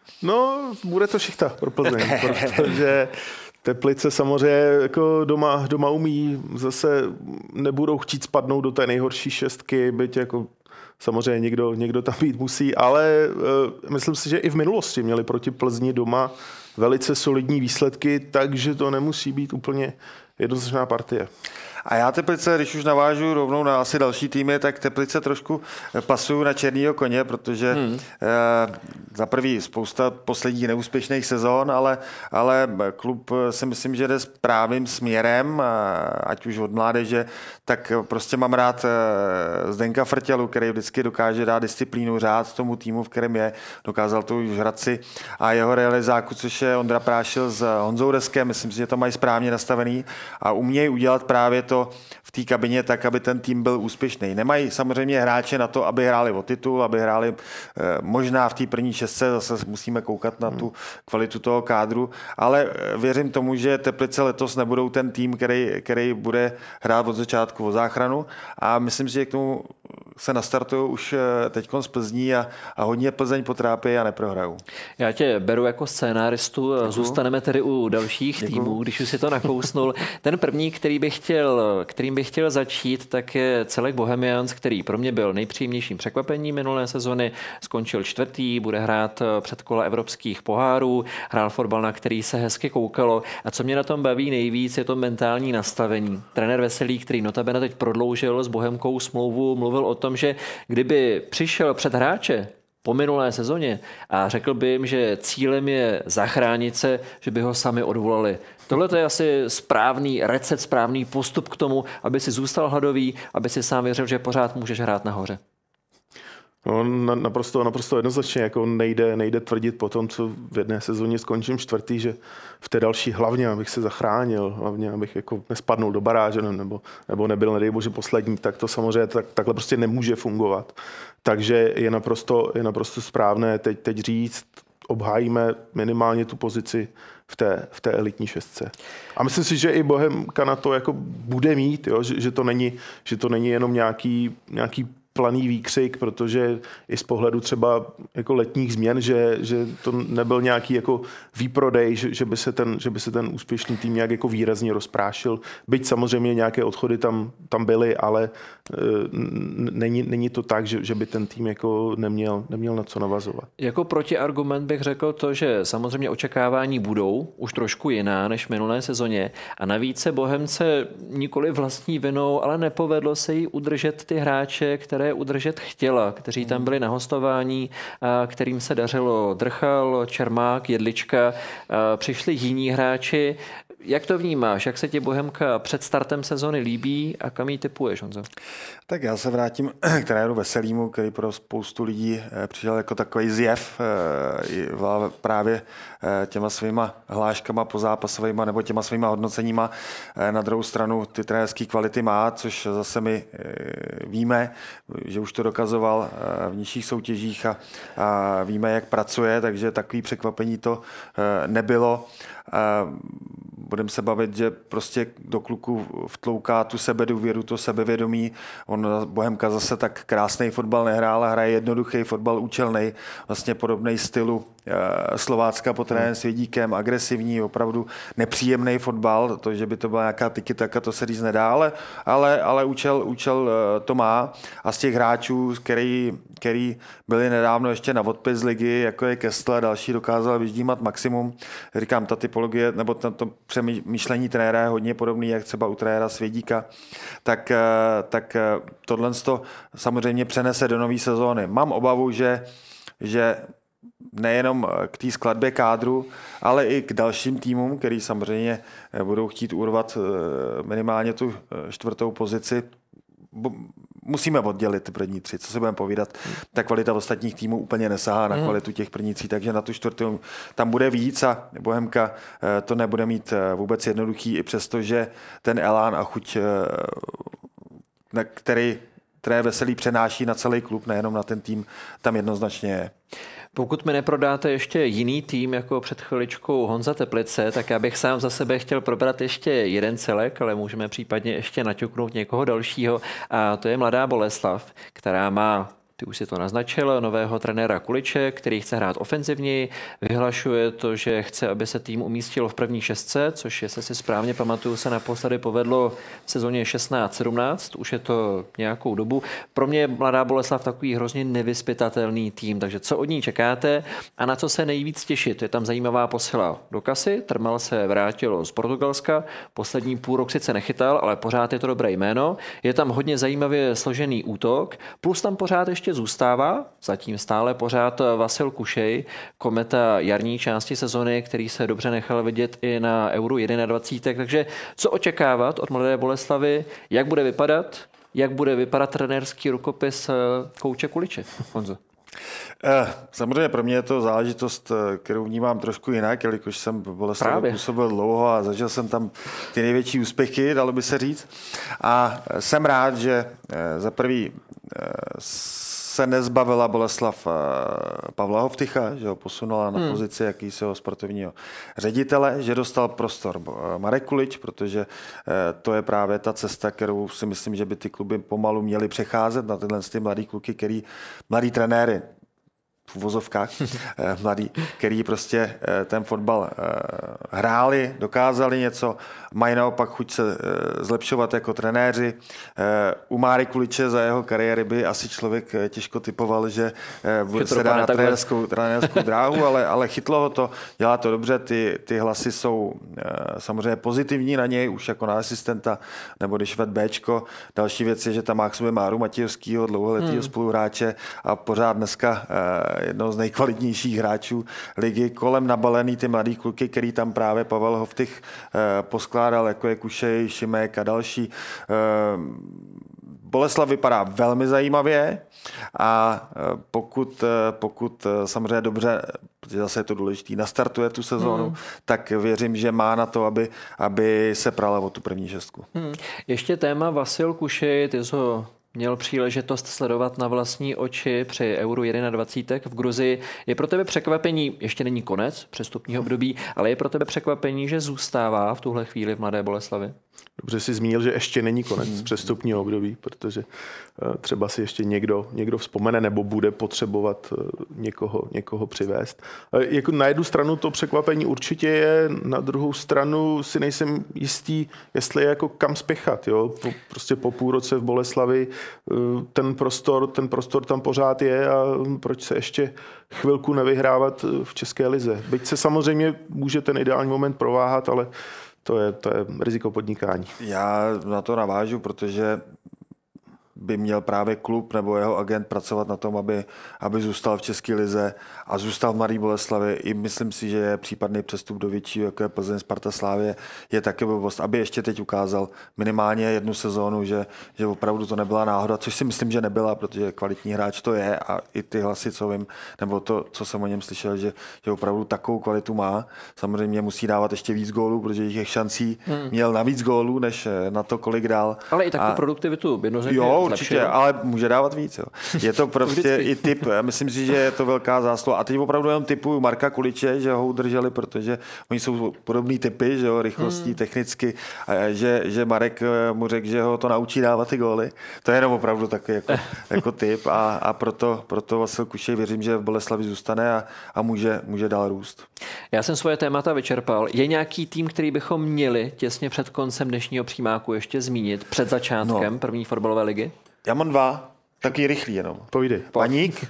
No, bude to šichta pro Plzeň, protože Teplice samozřejmě jako doma, doma umí, zase nebudou chtít spadnout do té nejhorší šestky, byť jako samozřejmě někdo, někdo tam být musí, ale uh, myslím si, že i v minulosti měli proti Plzni doma velice solidní výsledky, takže to nemusí být úplně jednoznačná partie. A já Teplice, když už navážu rovnou na asi další týmy, tak Teplice trošku pasují na černýho koně, protože hmm. eh, za prvý spousta posledních neúspěšných sezón, ale, ale klub si myslím, že jde správným směrem, ať už od mládeže, tak prostě mám rád Zdenka Frtělu, který vždycky dokáže dát disciplínu, řád tomu týmu, v kterém je. Dokázal to už v Hradci a jeho realizáku, což je Ondra Prášil s Honzou Deskem, myslím si, že to mají správně nastavený a umějí udělat právě to v té kabině tak, aby ten tým byl úspěšný. Nemají samozřejmě hráče na to, aby hráli o titul, aby hráli eh, možná v té první šestce, zase musíme koukat na tu kvalitu toho kádru, ale věřím tomu, že Teplice letos nebudou ten tým, který, který bude hrát od začátku o záchranu a myslím, že k tomu se nastartují už teď z Plzní a, a hodně Plzeň potrápí a neprohrajou. Já tě beru jako scénáristu, Děkuju. Zůstaneme tedy u dalších Děkuju. týmů, když už si to nakousnul. Ten první, který bych chtěl, kterým bych chtěl začít, tak je Celek Bohemians, který pro mě byl nejpříjemnějším překvapením minulé sezony. Skončil čtvrtý, bude hrát předkola evropských pohárů, hrál fotbal, na který se hezky koukalo. A co mě na tom baví nejvíc, je to mentální nastavení. Trenér Veselý, který notabene teď prodloužil s Bohemkou smlouvu, mluvil o tom, že kdyby přišel před hráče po minulé sezóně a řekl by jim, že cílem je zachránit se, že by ho sami odvolali. Tohle to je asi správný recept, správný postup k tomu, aby si zůstal hladový, aby si sám věřil, že pořád můžeš hrát nahoře. No, naprosto, naprosto jednoznačně, jako nejde, nejde tvrdit po tom, co v jedné sezóně skončím čtvrtý, že v té další hlavně, abych se zachránil, hlavně abych jako nespadnul do baráže, nebo, nebo nebyl, nedej bože, poslední, tak to samozřejmě tak, takhle prostě nemůže fungovat. Takže je naprosto, je naprosto správné teď, teď říct, obhájíme minimálně tu pozici v té, v té elitní šestce. A myslím si, že i Bohemka na to jako bude mít, jo? Že, že, to není, že to není jenom nějaký, nějaký planý výkřik, protože i z pohledu třeba jako letních změn, že, že to nebyl nějaký jako výprodej, že, že, by se ten, že by se ten úspěšný tým nějak jako výrazně rozprášil. Byť samozřejmě nějaké odchody tam, tam byly, ale e, není, není to tak, že, že by ten tým jako neměl, neměl na co navazovat. Jako protiargument bych řekl to, že samozřejmě očekávání budou už trošku jiná než v minulé sezóně a navíc se Bohemce nikoli vlastní vinou, ale nepovedlo se jí udržet ty hráče, které udržet chtěla, kteří tam byli na hostování, kterým se dařilo Drchal, Čermák, Jedlička, přišli jiní hráči. Jak to vnímáš? Jak se ti Bohemka před startem sezony líbí a kam jí tipuješ, Honzo? Tak já se vrátím k trenéru Veselýmu, který pro spoustu lidí přišel jako takový zjev právě těma svýma hláškama pozápasovýma nebo těma svýma hodnoceníma. Na druhou stranu ty trenérské kvality má, což zase my víme, že už to dokazoval v nižších soutěžích a, a víme, jak pracuje, takže takový překvapení to nebylo. Budeme se bavit, že prostě do kluku vtlouká tu sebedůvěru, to sebevědomí. On Bohemka zase tak krásný fotbal nehrál, hraje jednoduchý fotbal, účelný, vlastně podobný stylu Slovácka pod trenérem Svědíkem, agresivní, opravdu nepříjemný fotbal, to, že by to byla nějaká tiki-taka, to se říct nedá, ale, ale, ale účel, účel to má. A z těch hráčů, který, který byli nedávno ještě na odpis ligy, jako je Kestl a další, dokázal vyždímat maximum. Říkám, ta typologie, nebo to, to přemýšlení trenéra je hodně podobný, jak třeba u trenéra Svědíka, tak, tak tohle to samozřejmě přenese do nové sezóny. Mám obavu, že, že nejenom k té skladbě kádru, ale i k dalším týmům, který samozřejmě budou chtít urvat minimálně tu čtvrtou pozici. Musíme oddělit ty první tři, co se budeme povídat. Ta kvalita ostatních týmů úplně nesahá na kvalitu těch prvních tří, takže na tu čtvrtou tam bude víc a Bohemka to nebude mít vůbec jednoduchý, i přesto, že ten elán a chuť, který které Veselý přenáší na celý klub, nejenom na ten tým, tam jednoznačně je. Pokud mi neprodáte ještě jiný tým, jako před chviličkou Honza Teplice, tak já bych sám za sebe chtěl probrat ještě jeden celek, ale můžeme případně ještě naťuknout někoho dalšího. A to je Mladá Boleslav, která má, ty už si to naznačil, nového trenéra Kuliče, který chce hrát ofenzivněji. Vyhlašuje to, že chce, aby se tým umístil v první šestce, což, jestli si správně pamatuju, se naposledy povedlo v sezóně šestnáct sedmnáct. Už je to nějakou dobu. Pro mě je Mladá Boleslav takový hrozně nevyzpytatelný tým, takže co od ní čekáte a na co se nejvíc těšit? Je tam zajímavá posila do kasy. Trmal se vrátil z Portugalska. Poslední půl rok sice nechytal, ale pořád je to dobré jméno. Je tam hodně zajímavě složený útok, plus tam pořád ještě zůstává, zatím stále pořád Vasil Kušej, kometa jarní části sezony, který se dobře nechal vidět i na Euro dvacet jedna. Takže co očekávat od Mladé Boleslavy, jak bude vypadat, jak bude vypadat trenérský rukopis kouče Kuliče? Honzo. Samozřejmě pro mě je to záležitost, kterou vnímám trošku jinak, jelikož jsem v Boleslavi působil dlouho a zažil jsem tam ty největší úspěchy, dalo by se říct. A jsem rád, že za prvý se nezbavila Boleslav Pavla Hovtycha, že ho posunula na pozici jakýsiho sportovního ředitele, že dostal prostor Marek Kulič, protože to je právě ta cesta, kterou si myslím, že by ty kluby pomalu měly přecházet na tyhle ty mladý kluky, který, mladý trenéry, v uvozovkách, mladí, který prostě ten fotbal hráli, dokázali něco, mají naopak chuť se zlepšovat jako trenéři. U Máry Kuliče za jeho kariéry by asi člověk těžko typoval, že se dá na trenérskou, trenérskou dráhu, ale, ale chytlo ho to, dělá to dobře, ty, ty hlasy jsou samozřejmě pozitivní na něj, už jako na asistenta, nebo když ved Bčko. Další věc je, že tam má k sobě Máru Matějovskýho, dlouholetýho hmm. spoluhráče a pořád dneska jednoho z nejkvalitnějších hráčů ligy, kolem nabalený ty mladý kluky, který tam právě Pavel Hovtych poskládal, jako je Kušej, Šimek a další. Boleslav vypadá velmi zajímavě a pokud, pokud samozřejmě dobře, protože zase je to důležitý, nastartuje tu sezónu, hmm. tak věřím, že má na to, aby, aby se prala o tu první šestku. Hmm. Ještě téma Vasil Kušej, ty jsi ho měl příležitost sledovat na vlastní oči při Euro dvacet jedna v Gruzii. Je pro tebe překvapení, ještě není konec přestupního období, ale je pro tebe překvapení, že zůstává v tuhle chvíli v Mladé Boleslavi? Dobře si zmínil, že ještě není konec hmm. přestupního období, protože třeba si ještě někdo, někdo vzpomene nebo bude potřebovat někoho, někoho přivést. Jako na jednu stranu to překvapení určitě je, na druhou stranu si nejsem jistý, jestli je jako kam spěchat. Jo? Po, prostě po půl roce v Boleslavi ten prostor, ten prostor tam pořád je a proč se ještě chvilku nevyhrávat v České lize. Byť se samozřejmě může ten ideální moment prováhat, ale To je, to je riziko podnikání. Já na to navážu, protože by měl právě klub nebo jeho agent pracovat na tom, aby, aby zůstal v České lize a zůstal v Mladé Boleslavi. I myslím si, že je případný přestup do většího, jako je Plzeň, Sparta, Slávie, je taky blbost, aby ještě teď ukázal minimálně jednu sezónu, že, že opravdu to nebyla náhoda, což si myslím, že nebyla, protože kvalitní hráč to je a i ty hlasy, co vím, nebo to, co jsem o něm slyšel, že, že opravdu takovou kvalitu má. Samozřejmě musí dávat ještě víc gólů, protože těch šancí hmm. měl na víc gólů, než na to, kolik dál. Ale i takovou produktivitu jednoznačně určitě, ale může dávat víc. Jo. Je to prostě i typ. Myslím si, že je to velká zásluha. A teď opravdu jenom typuju Marka Kuliče, že ho udrželi, protože oni jsou podobný typy, že jo, rychlostí, hmm. technicky, a že, že Marek mu řekl, že ho to naučí dávat ty góly. To je jenom opravdu takový jako, jako typ a, a proto, proto Vasil Kušej věřím, že v Boleslavi zůstane a, a může, může dál růst. Já jsem svoje témata vyčerpal. Je nějaký tým, který bychom měli těsně před koncem dnešního přímáku ještě zmínit, před začátkem no. první fotbalové ligy? Já mám dva, taky rychlý jenom. Povídej. Baník,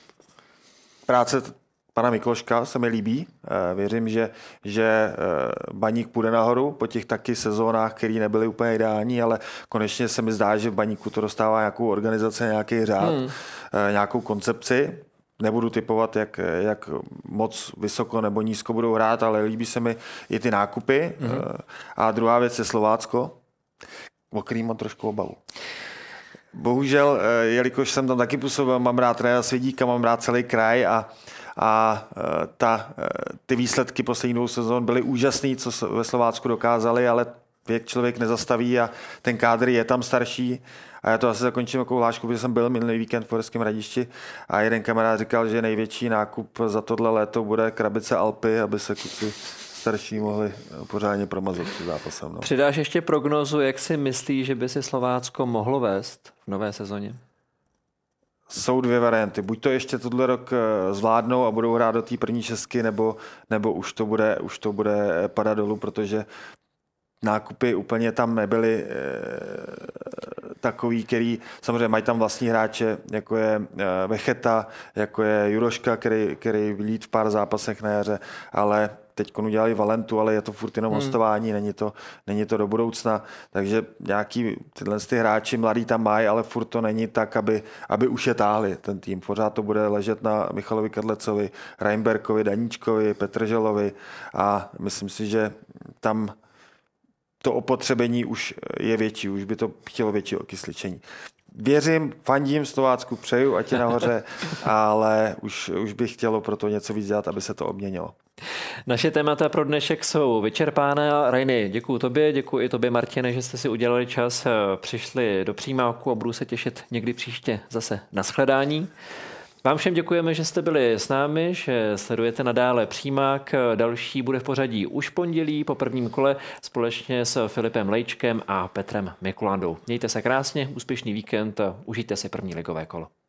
práce pana Mikloška se mi líbí. Věřím, že, že Baník půjde nahoru po těch taky sezónách, které nebyly úplně ideální, ale konečně se mi zdá, že v Baníku to dostává nějakou organizaci, nějaký řád, hmm. nějakou koncepci. nebudu typovat, jak, jak moc vysoko nebo nízko budou hrát, ale líbí se mi i ty nákupy. Mm-hmm. A druhá věc je Slovácko, o kterým mám trošku obavu. Bohužel, jelikož jsem tam taky působil, mám rád Raja Svědíka, mám rád celý kraj a, a ta, ty výsledky posledních dvou sezon byly úžasný, co ve Slovácku dokázali, ale věk člověk nezastaví a ten kádr je tam starší. A já to asi zakončím jako hlášku, protože jsem byl minulý víkend v Uherském Hradišti a jeden kamarád říkal, že největší nákup za tohle léto bude krabice Alpy, aby se kluci starší mohli pořádně promazat před zápasem. No. Přidáš ještě prognozu, jak si myslíš, že by si Slovácko mohlo vést v nové sezóně? Jsou dvě varianty. Buď to ještě tohle rok zvládnou a budou hrát do té první šestky, nebo, nebo už, to bude, už to bude padat dolů, protože nákupy úplně tam nebyly e, takový, který samozřejmě mají tam vlastní hráče, jako je e, Vecheta, jako je Juroška, který, který vylít v pár zápasech na jaře, ale teď udělali Valentu, ale je to furt jenom hmm. hostování, není to, není to do budoucna, takže nějaký tyhle ty hráči mladý tam mají, ale furt to není tak, aby, aby už je táhli ten tým. Pořád to bude ležet na Michalovi Kadlecovi, Reinberkovi, Daníčkovi, Petrželovi a myslím si, že tam to opotřebení už je větší, už by to chtělo větší okysličení. Věřím, fandím Slovácku, přeju, ať je nahoře, ale už, už bych chtělo pro to něco víc dělat, aby se to obměnilo. Naše témata pro dnešek jsou vyčerpána. Rajny, děkuji tobě, děkuji i tobě, Martine, že jste si udělali čas, přišli do Přímáku a budu se těšit někdy příště zase na shledání. Vám všem děkujeme, že jste byli s námi, že sledujete nadále Přímák. Další bude v pořadí už pondělí po prvním kole společně s Filipem Lejčkem a Petrem Mikulandou. Mějte se krásně, úspěšný víkend, užijte si první ligové kolo.